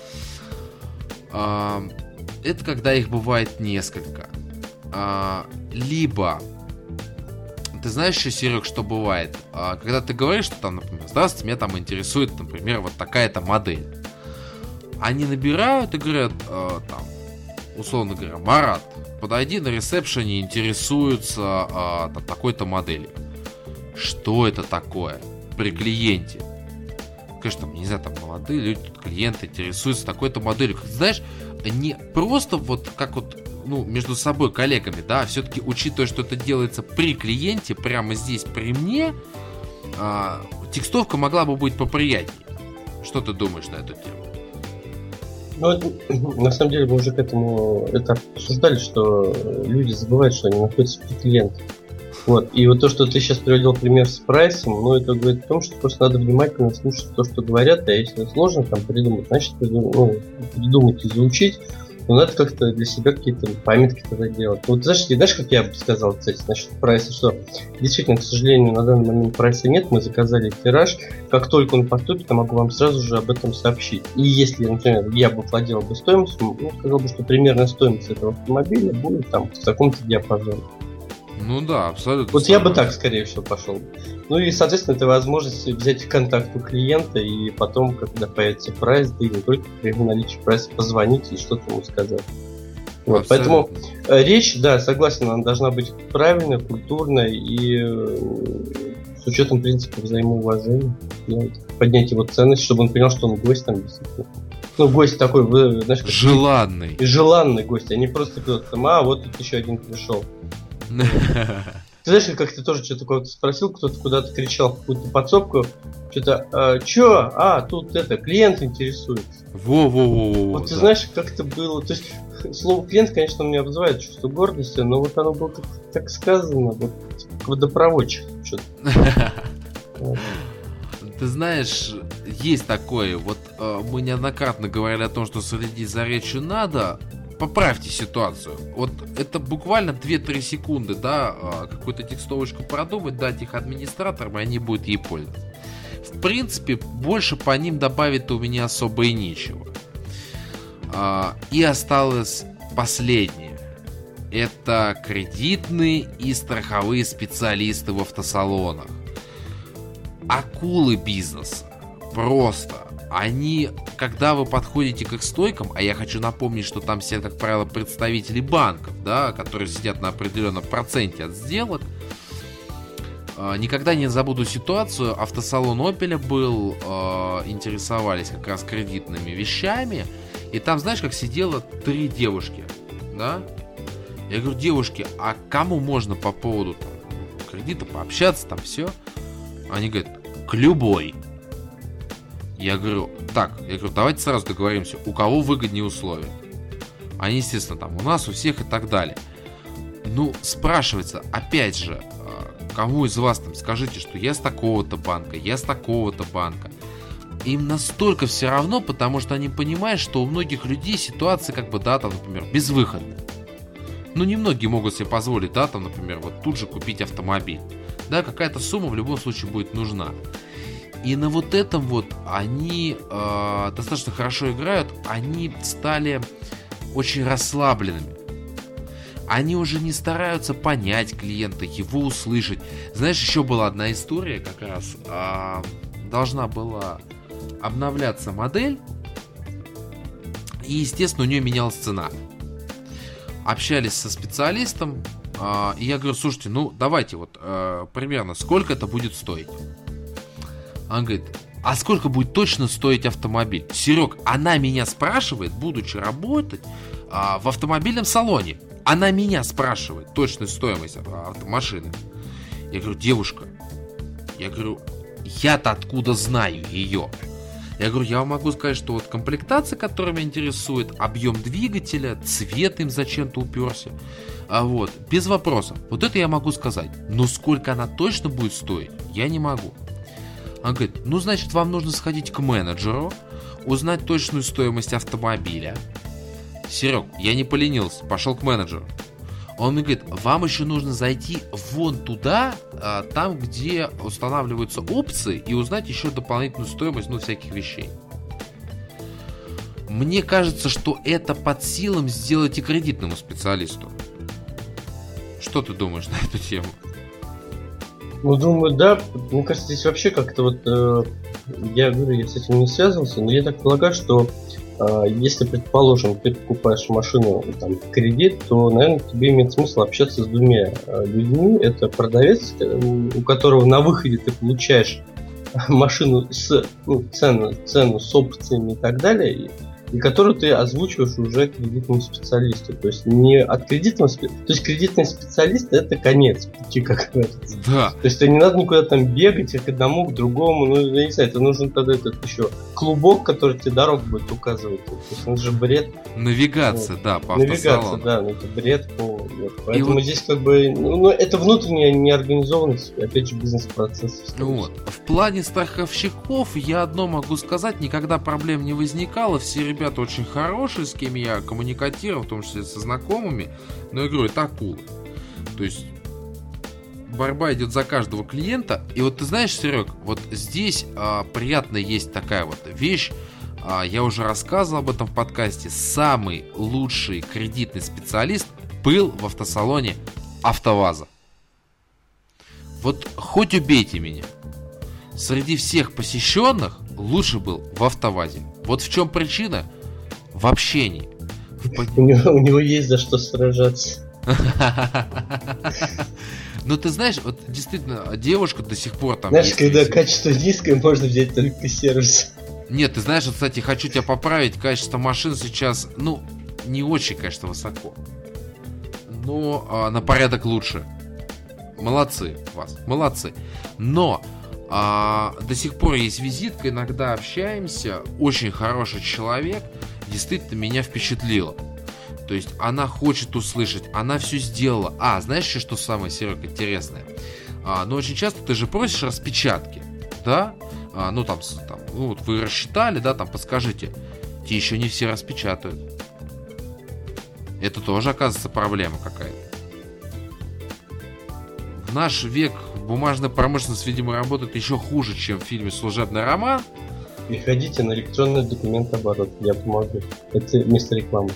Это когда их бывает несколько. Либо ты знаешь еще, Серег, что бывает? А, когда ты говоришь, что там, например, здравствуйте, меня там интересует, например, вот такая-то модель. Они набирают и говорят, а, там, условно говоря, Марат, подойди на ресепшене, интересуются а, там, такой-то моделью. Что это такое при клиенте? Конечно, там, не знаю, там молодые люди, клиенты интересуются такой-то моделью. Знаешь, не просто вот как вот, ну, между собой коллегами, да, а все-таки учитывая, что это делается при клиенте, прямо здесь при мне, а, текстовка могла бы быть поприятнее. Что ты думаешь на эту тему? Ну, это, на самом деле мы уже к этому это обсуждали, что люди забывают, что они находятся при клиенте. Вот. И вот то, что ты сейчас приводил пример с прайсом, ну, это говорит о том, что просто надо внимательно слушать то, что говорят, а если сложно там придумать, значит, ну, придумать и заучить, но надо как-то для себя какие-то памятки тогда делать. Вот знаешь, знаешь, как я бы сказал, кстати, насчет прайса, что действительно, к сожалению, на данный момент прайса нет, мы заказали тираж, как только он поступит, я могу вам сразу же об этом сообщить. И если, например, я бы владел бы стоимостью, ну, сказал бы, что примерная стоимость этого автомобиля будет там в таком-то диапазоне. Ну да, абсолютно. Вот я бы так, скорее всего, пошел. Ну и, соответственно, это возможность взять контакт у клиента и потом, когда появится прайс, да и не только при наличии прайса, позвонить и что-то ему сказать. Вот, поэтому э, речь, да, согласен, она должна быть правильной, культурной и э, с учетом принципа взаимоуважения, да, поднять его ценность, чтобы он понял, что он гость там действительно. Ну, гость такой, вы, знаешь, как желанный. Желанный гость, а не просто кто-то там, а вот тут еще один пришел. Ты знаешь, как ты тоже что-то кого-то спросил, кто-то куда-то кричал в какую-то подсобку, что-то, а, чё? А, тут это, клиент интересуется. Во-во-во-во. Вот ты да. знаешь, как это было, то есть слово клиент, конечно, у меня вызывает чувство гордости, но вот оно было как так сказано, вот как водопроводчик что-то. Ты знаешь, есть такое, вот э, мы неоднократно говорили о том, что следить за речью надо. Поправьте ситуацию. Вот это буквально две-три секунды, да, какую-то текстовочку продумать, дать их администраторам, и они будут ей пользоваться. В принципе, больше по ним добавить-то у меня особо и нечего. И осталось последнее. Это кредитные и страховые специалисты в автосалонах. Акулы бизнеса. Просто. Они, когда вы подходите к их стойкам, а я хочу напомнить, что там сидят, как правило, представители банков, да, которые сидят на определенном проценте от сделок. Никогда не забуду ситуацию. Автосалон Opel был, интересовались как раз кредитными вещами. И там, знаешь, как сидело три девушки, да? Я говорю, девушки, а кому можно по поводу там, кредита пообщаться, там все? Они говорят, к любой. Я говорю, так, я говорю, давайте сразу договоримся, у кого выгоднее условия. Они, естественно, там у нас, у всех и так далее. Ну, спрашивается, опять же, кому из вас там скажите, что я с такого-то банка, я с такого-то банка. Им настолько все равно, потому что они понимают, что у многих людей ситуация как бы, да, там, например, безвыходная. Ну, немногие могут себе позволить, да, там, например, вот тут же купить автомобиль. Да, какая-то сумма в любом случае будет нужна. И на вот этом вот они э, достаточно хорошо играют, они стали очень расслабленными. Они уже не стараются понять клиента, его услышать. Знаешь, еще была одна история, как раз э, должна была обновляться модель, и, естественно, у нее менялась цена. Общались со специалистом, э, и я говорю, слушайте, ну давайте вот э, примерно сколько это будет стоить. Он говорит, а сколько будет точно стоить автомобиль? Серег, она меня спрашивает, будучи работать а, в автомобильном салоне. Она меня спрашивает точную стоимость автомашины. Я говорю, девушка, я говорю, я-то откуда знаю ее? Я говорю, я вам могу сказать, что вот комплектация, которая меня интересует, объем двигателя, цвет им зачем-то уперся. А вот, без вопросов. Вот это я могу сказать. Но сколько она точно будет стоить, я не могу. Он говорит, ну, значит, вам нужно сходить к менеджеру, узнать точную стоимость автомобиля. Серег, я не поленился, пошел к менеджеру. Он мне говорит, вам еще нужно зайти вон туда, там, где устанавливаются опции, и узнать еще дополнительную стоимость, ну, всяких вещей. Мне кажется, что это под силам сделать и кредитному специалисту. Что ты думаешь на эту тему? Ну, думаю, да. Мне кажется, здесь вообще как-то вот... Э, я говорю, я с этим не связывался, но я так полагаю, что э, если, предположим, ты покупаешь машину там, в кредит, то, наверное, тебе имеет смысл общаться с двумя э, людьми. Это продавец, у которого на выходе ты получаешь машину с ну, цену, цену с опциями и так далее, и, и которую ты озвучиваешь уже кредитному специалисту. То есть не от кредитного специалиста. То есть кредитный специалист — это конец пути, как говорится. Да. То есть не надо никуда там бегать к одному, к другому. Ну, я не знаю, это нужен тогда этот еще клубок, который тебе дорогу будет указывать. То есть это же бред. Навигация, вот. да, по Навигация, автосалону. да, ну это бред по. Вот. Поэтому вот... здесь как бы. Ну, ну это внутренняя неорганизованность, опять же, бизнес-процесса. Вот. В плане страховщиков я одно могу сказать: никогда проблем не возникало. Все ребята очень хорошие, с кем я коммуникатировал, в том числе со знакомыми. Но я говорю, это акулы. То есть борьба идет за каждого клиента. И вот ты знаешь, Серег, вот здесь а, приятно есть такая вот вещь. А, я уже рассказывал об этом в подкасте. Самый лучший кредитный специалист был в автосалоне АвтоВАЗа. Вот хоть убейте меня, среди всех посещенных лучше был в АвтоВАЗе. Вот в чем причина? В общении. У него, у него есть за что сражаться. Ну, ты знаешь, вот действительно, девушка до сих пор там... Знаешь, когда висит. Качество низкое, можно взять только сервис. Нет, ты знаешь, вот, кстати, хочу тебя поправить, качество машин сейчас, ну, не очень, конечно, высоко. Но а, на порядок лучше. Молодцы вас, молодцы. Но а, до сих пор есть визитка, иногда общаемся. Очень хороший человек, действительно меня впечатлила. То есть она хочет услышать, она все сделала. А, знаешь еще, что самое, Серега, интересное? А, ну, очень часто ты же просишь распечатки, да? А, ну, там, там ну, вот вы рассчитали, да, там, подскажите. Те еще не все распечатают. Это тоже, оказывается, проблема какая-то. В наш век бумажная промышленность, видимо, работает еще хуже, чем в фильме «Служебный роман». Переходите на электронный документооборот, я помогу. Это вместо рекламы.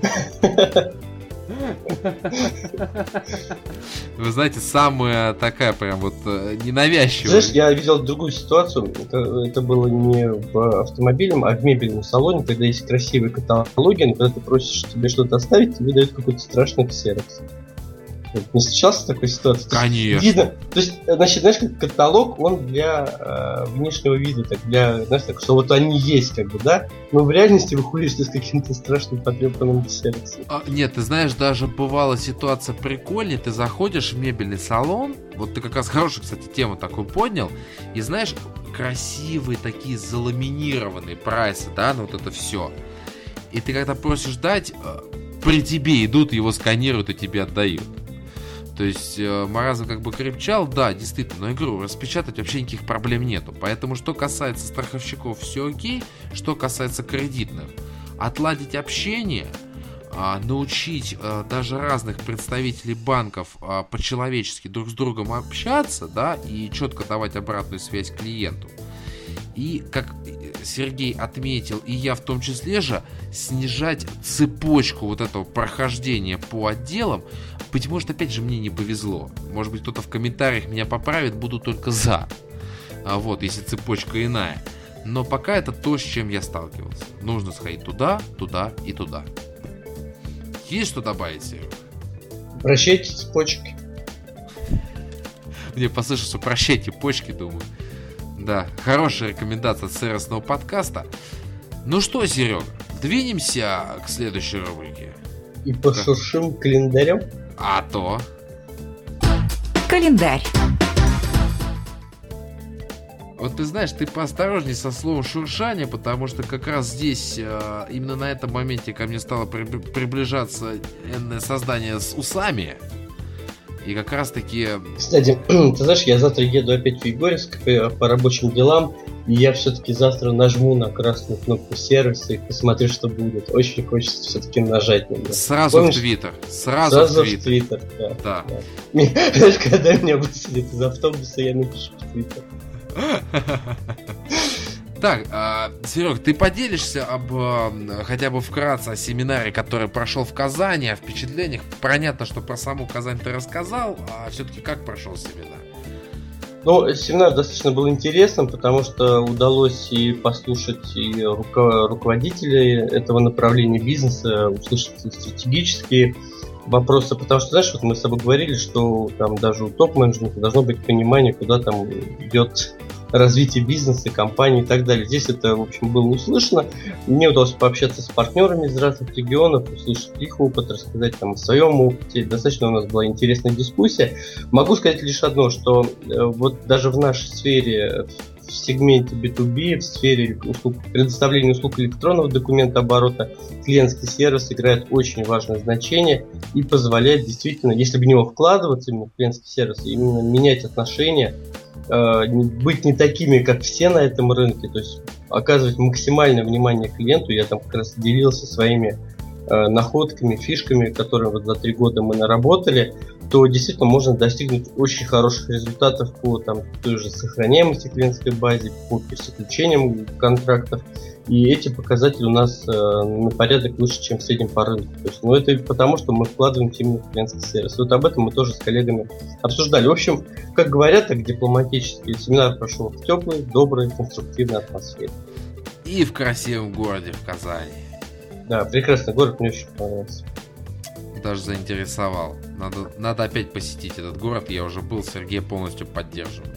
Вы знаете, самая такая прям вот ненавязчивая. Знаешь, я видел другую ситуацию. Это, это было не в автомобильном, а в мебельном салоне, когда есть красивые каталоги, но когда ты просишь тебе что-то оставить, тебе дают какой-то страшный ксерокс. Не встречался с такой ситуацией? Конечно. Видно, то есть, значит, знаешь, как каталог, он для э, внешнего вида, так, для, знаешь, так, что вот они есть, как бы, да? Но в реальности выходишь ты с каким-то страшным потрепанным ксероксом. А, нет, ты знаешь, даже бывала ситуация прикольнее. Ты заходишь в мебельный салон, вот ты как раз хорошую, кстати, тему такую поднял, и знаешь, красивые такие заламинированные прайсы, да, ну вот это все. И ты когда просишь дать, при тебе идут, его сканируют и тебе отдают. То есть э, маразм как бы крепчал, да, действительно, но я говорю, распечатать вообще никаких проблем нету. Поэтому, что касается страховщиков, все окей. Что касается кредитных, отладить общение, э, научить э, даже разных представителей банков э, по-человечески друг с другом общаться, да, и четко давать обратную связь клиенту. И, как Сергей отметил, и я в том числе же, снижать цепочку вот этого прохождения по отделам. Быть может, опять же, мне не повезло. Может быть, кто-то в комментариях меня поправит, буду только за. А вот, если цепочка иная. Но пока это то, с чем я сталкивался. Нужно сходить туда, туда и туда. Есть что добавить, Серега? Прощайте цепочки. Мне послышалось, что прощайте почки, думаю. Да, хорошая рекомендация от сервисного подкаста. Ну что, Серега, двинемся к следующей рубрике. И пошуршим календарем. А то. Календарь. Вот ты знаешь, ты поосторожней со словом шуршание, потому что как раз здесь, э, именно на этом моменте ко мне стало при- приближаться энное создание с усами. И как раз таки... Кстати, ты знаешь, я завтра еду опять в Егорьевск по, по рабочим делам, и я все-таки завтра нажму на красную кнопку сервиса и посмотрю, что будет. Очень хочется все-таки нажать на нее. Сразу Помнишь? в Твиттер. Сразу, Сразу в Твиттер. в Твиттер, да. да. да. Знаешь, когда меня высадят из автобуса, я напишу в Твиттер. Так, э, Серег, ты поделишься об, э, хотя бы вкратце о семинаре, который прошел в Казани, о впечатлениях? Понятно, что про саму Казань ты рассказал, а все-таки как прошел семинар? Ну, семинар достаточно был интересным, потому что удалось и послушать и руко- руководителей этого направления бизнеса, услышать стратегические вопросы, потому что, знаешь, вот мы с тобой говорили, что там даже у топ-менеджмента должно быть понимание, куда там идет развитие бизнеса, компании и так далее. Здесь это, в общем, было услышано. Мне удалось пообщаться с партнерами из разных регионов, услышать их опыт, рассказать там о своем опыте. Достаточно у нас была интересная дискуссия. Могу сказать лишь одно, что э, вот даже в нашей сфере, в сегменте би ту би, в сфере услуг, предоставления услуг электронного документооборота, клиентский сервис играет очень важное значение и позволяет действительно, если в него вкладываться, именно в клиентский сервис, именно менять отношения, быть не такими, как все на этом рынке, то есть оказывать максимальное внимание клиенту. Я там как раз делился своими э, находками, фишками, которые вот за три года мы наработали, то действительно можно достигнуть очень хороших результатов по там, той же сохраняемости клиентской базы, по перезаключениям контрактов. И эти показатели у нас э, на порядок выше, чем в среднем по рынку. То есть, ну, это потому, что мы вкладываемся именно в клиентский сервис. Вот об этом мы тоже с коллегами обсуждали. В общем, как говорят, так дипломатически, семинар прошел в теплой, доброй, конструктивной атмосфере. И в красивом городе, в Казани. Да, прекрасный город, мне очень понравился. Даже заинтересовал. Надо, надо опять посетить этот город. Я уже был, Сергей полностью поддерживаю.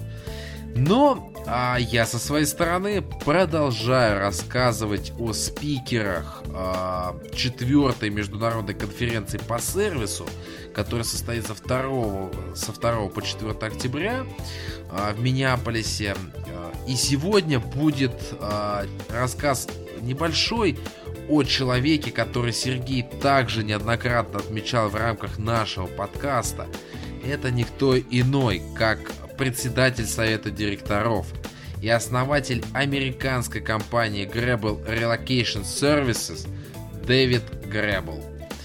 Но а, я со своей стороны продолжаю рассказывать о спикерах а, четвертой международной конференции по сервису, которая состоится второго, со второго по четвёртое октября а, в Миннеаполисе. И сегодня будет а, рассказ небольшой о человеке, который Сергей также неоднократно отмечал в рамках нашего подкаста. Это никто иной, как председатель совета директоров и основатель американской компании Grebel Relocation Services Дэвид Гребл.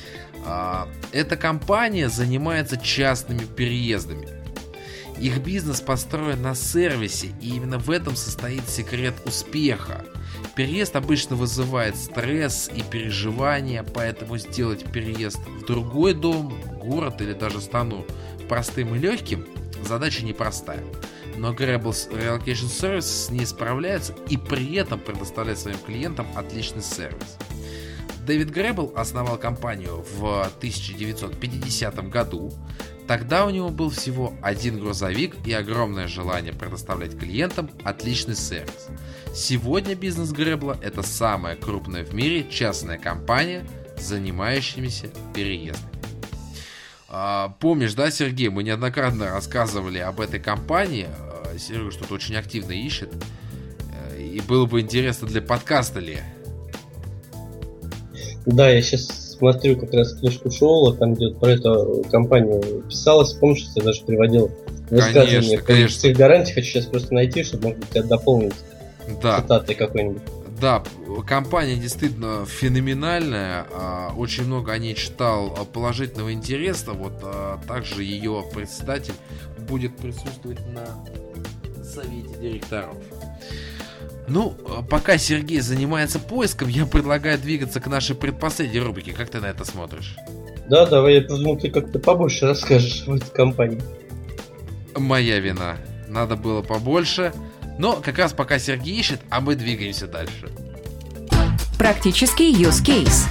Эта компания занимается частными переездами. Их бизнес построен на сервисе, и именно в этом состоит секрет успеха. Переезд обычно вызывает стресс и переживания, поэтому сделать переезд в другой дом, город или даже страну простым и легким задача непростая. Но Grebel Relocation Services с ней справляется и при этом предоставляет своим клиентам отличный сервис. Дэвид Гребл основал компанию в тысяча девятьсот пятидесятом году. Тогда у него был всего один грузовик и огромное желание предоставлять клиентам отличный сервис. Сегодня бизнес Гребла – это самая крупная в мире частная компания, занимающаяся переездами. А, помнишь, да, Сергей, мы неоднократно рассказывали об этой компании. Серега что-то очень активно ищет. И было бы интересно для подкаста ли. Да, я сейчас смотрю как раз книжку Шоула, там где про эту компанию писалось, помнишь, я даже приводил высказывание количества гарантий. Хочу сейчас просто найти, чтобы, может быть, тебя дополнить да. цитатой какой-нибудь. Да, компания действительно феноменальная, очень много о ней читал положительного интереса, вот также ее председатель будет присутствовать на совете директоров. Ну, пока Сергей занимается поиском, я предлагаю двигаться к нашей предпоследней рубрике. Как ты на это смотришь? Да, давай, я думал, ты как-то побольше расскажешь в этой компании. Моя вина. Надо было побольше. Но как раз пока Сергей ищет, а мы двигаемся дальше. Практический use case.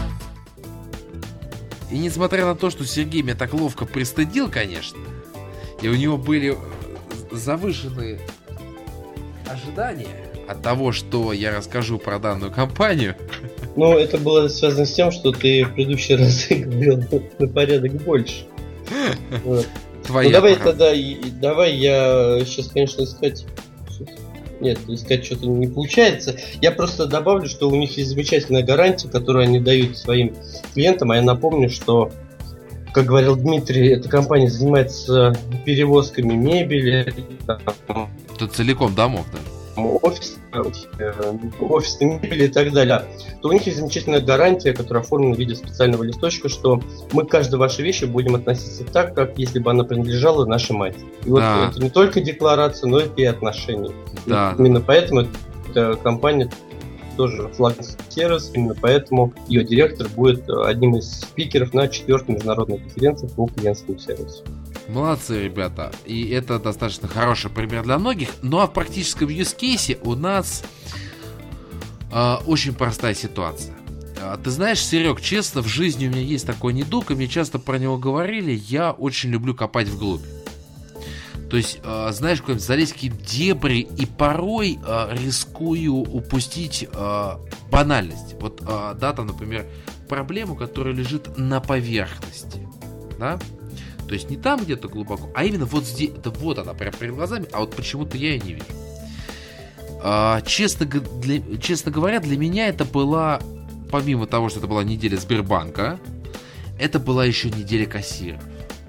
И несмотря на то, что Сергей меня так ловко пристыдил, конечно, и у него были завышенные ожидания от того, что я расскажу про данную компанию. Ну, это было связано с тем, что ты в предыдущий раз говорил на порядок больше. Вот. Твоя ну, давай пора. тогда, и, давай я сейчас, конечно, искать... Нет, искать что-то не получается. Я просто добавлю, что у них есть замечательная гарантия, которую они дают своим клиентам. А я напомню, что, как говорил Дмитрий, эта компания занимается перевозками мебели, там, Это целиком домов даже. Офис, офисной мебели и так далее, то у них есть замечательная гарантия, которая оформлена в виде специального листочка, что мы к каждой вашей вещи будем относиться так, как если бы она принадлежала нашей матери. И да. вот это не только декларация, но и отношения. Да. И именно поэтому эта компания тоже флагманский сервис, именно поэтому ее директор будет одним из спикеров на четвертой международной конференции по клиентскому сервису. Молодцы, ребята. И это достаточно хороший пример для многих. Ну а в практическом use case у нас э, очень простая ситуация. Э, ты знаешь, Серег, честно, в жизни у меня есть такой недуг, и мне часто про него говорили. Я очень люблю копать вглубь. То есть, э, знаешь, куда-нибудь залезть в какие-то дебри, и порой э, рискую упустить э, банальность. Вот, э, да, там, например, проблему, которая лежит на поверхности, да? То есть не там где-то глубоко, а именно вот здесь, да вот она прямо перед глазами, а вот почему-то я ее не вижу. А, честно, для, честно говоря, для меня это была, помимо того, что это была неделя Сбербанка, это была еще неделя кассиров.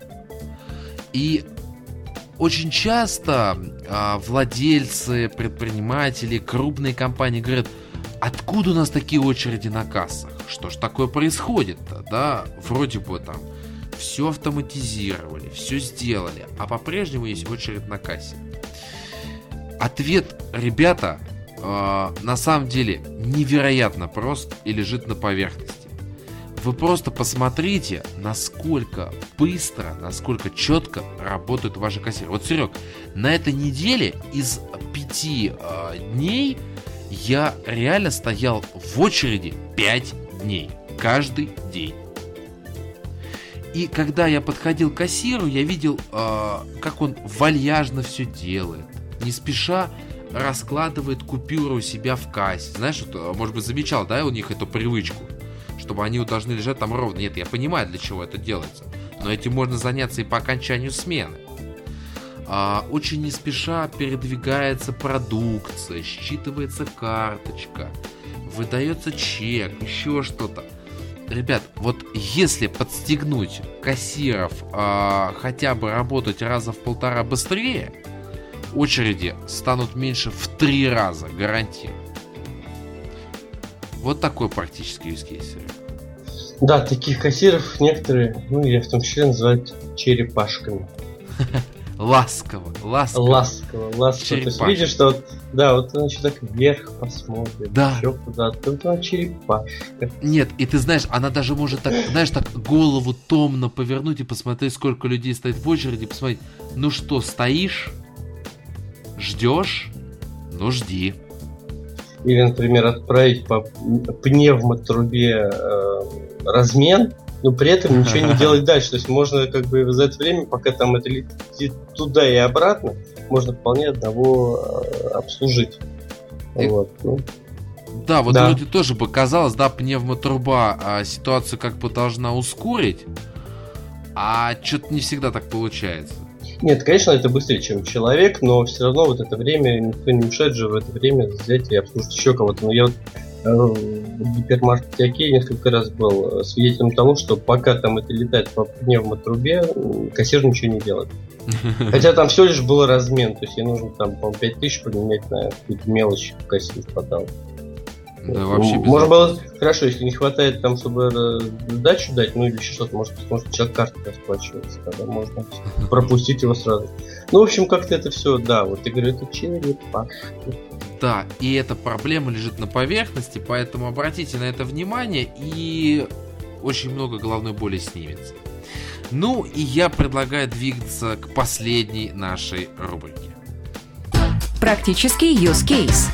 И очень часто а, владельцы, предприниматели, крупные компании говорят: откуда у нас такие очереди на кассах? Что ж такое происходит-то, да? Вроде бы там все автоматизировали, все сделали, а по-прежнему есть очередь на кассе. Ответ, ребята, э, на самом деле невероятно прост и лежит на поверхности. Вы просто посмотрите, насколько быстро, насколько четко работают ваши кассиры. Вот, Серег, на этой неделе из пяти э, дней я реально стоял в очереди пять дней. Каждый день. И когда я подходил к кассиру, я видел, э, как он вальяжно все делает. Не спеша раскладывает купюры у себя в кассе. Знаешь, вот, может быть, замечал, да, у них эту привычку, чтобы они должны лежать там ровно. Нет, я понимаю, для чего это делается. Но этим можно заняться и по окончанию смены. А, очень не спеша передвигается продукция, считывается карточка, выдается чек, еще что-то. Ребят, вот если подстегнуть кассиров а, хотя бы работать раза в полтора быстрее, очереди станут меньше в три раза, гарантирую. Вот такой практический use case. Да, таких кассиров некоторые, ну я в том числе, называют черепашками. Ласково, ласково. Ласково, ласково. То есть видишь, что вот, да, вот он еще так вверх посмотрит, да. Еще куда-то, вот она черепашка. Нет, и ты знаешь, она даже может так, знаешь, так голову томно повернуть и посмотреть, сколько людей стоит в очереди, посмотреть, ну что, стоишь, ждешь, ну жди. Или, например, отправить по пневмотрубе э, размен, но при этом ничего не делать дальше. То есть можно как бы за это время, пока там это летит туда и обратно, можно вполне одного э, обслужить. И... Вот, ну. Да, вот да. вроде тоже бы казалось, да, пневмотруба а, ситуацию как бы должна ускорить, а что-то не всегда так получается. Нет, конечно, это быстрее, чем человек, но все равно вот это время, никто не мешает же в это время взять и обслужить еще кого-то. Но я вот э, в гипермаркете Окей несколько раз был свидетелем того, что пока там это летает по пневмотрубе, кассир ничего не делает. Хотя там все лишь был размен, то есть ей нужно там, по-моему, пять тысяч поменять на какие-то мелочи, в кассе не хватало. Да, вообще можно было, хорошо, если не хватает там, чтобы дачу дать, ну или еще что-то, может, может человек картой расплачивается, тогда можно пропустить его сразу. Ну, в общем, как-то это все, да, вот я говорю, это черепашка. Да, и эта проблема лежит на поверхности, поэтому обратите на это внимание, и очень много головной боли снимется. Ну, и я предлагаю двигаться к последней нашей рубрике. Практический use case.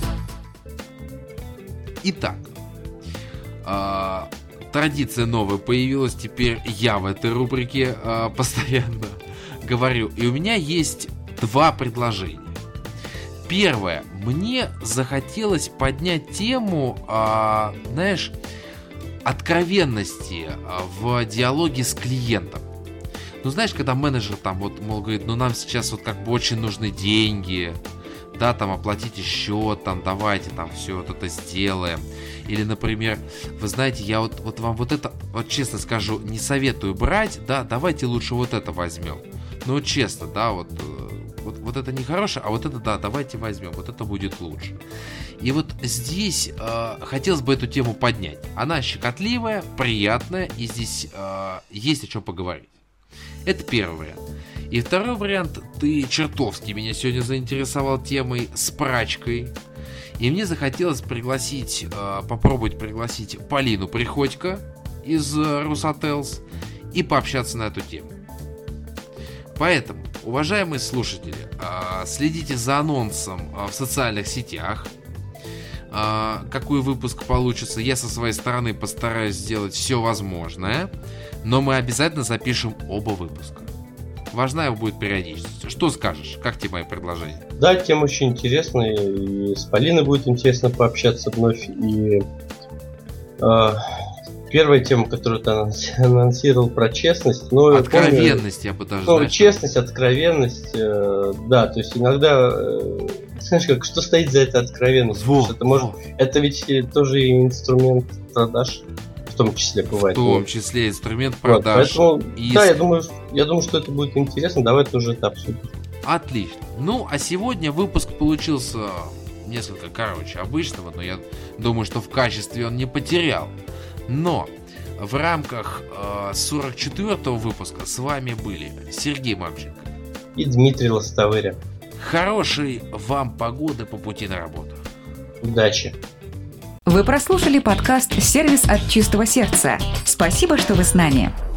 Итак, э, традиция новая появилась, теперь я в этой рубрике э, постоянно говорю. И у меня есть два предложения. Первое. Мне захотелось поднять тему, э, знаешь, откровенности в диалоге с клиентом. Ну, знаешь, когда менеджер там вот, мол, говорит, ну, нам сейчас вот как бы очень нужны деньги, да, там, оплатите счет, там, давайте, там, все вот это сделаем. Или, например, вы знаете, я вот, вот вам вот это, вот честно скажу, не советую брать, да, давайте лучше вот это возьмем. Ну, вот честно, да, вот, вот, вот это не хорошее, а вот это, да, давайте возьмем, вот это будет лучше. И вот здесь э, хотелось бы эту тему поднять. Она щекотливая, приятная, и здесь э, есть о чем поговорить. Это первый вариант. И второй вариант, ты чертовски меня сегодня заинтересовал темой с прачкой. И мне захотелось пригласить, э, попробовать пригласить Полину Приходько из Русателс и пообщаться на эту тему. Поэтому, уважаемые слушатели, следите за анонсом в социальных сетях, какой выпуск получится. Я со своей стороны постараюсь сделать все возможное, но мы обязательно запишем оба выпуска. Важна будет периодичность. Что скажешь? Как тебе мои предложения? Да, тема очень интересная. И с Полиной будет интересно пообщаться вновь. И э, первая тема, которую ты анонсировал, про честность. Но откровенность, я, помню, я бы даже ну, знаешь, честность, откровенность. Э, да, то есть иногда... Э, знаешь, как, что стоит за этой откровенностью? Во, это, может, это ведь тоже инструмент продаж. В том числе бывает. В том числе инструмент продаж. Вот, поэтому, и... Да, я думаю, я думаю, что это будет интересно. Давай тоже это обсудим. Отлично. Ну, а сегодня выпуск получился несколько короче обычного, но я думаю, что в качестве он не потерял. Но в рамках э, сорок четвёртого выпуска с вами были Сергей Мамченко и Дмитрий Лостовыря. Хорошей вам погоды по пути на работу. Удачи. Вы прослушали подкаст «Сервис от чистого сердца». Спасибо, что вы с нами.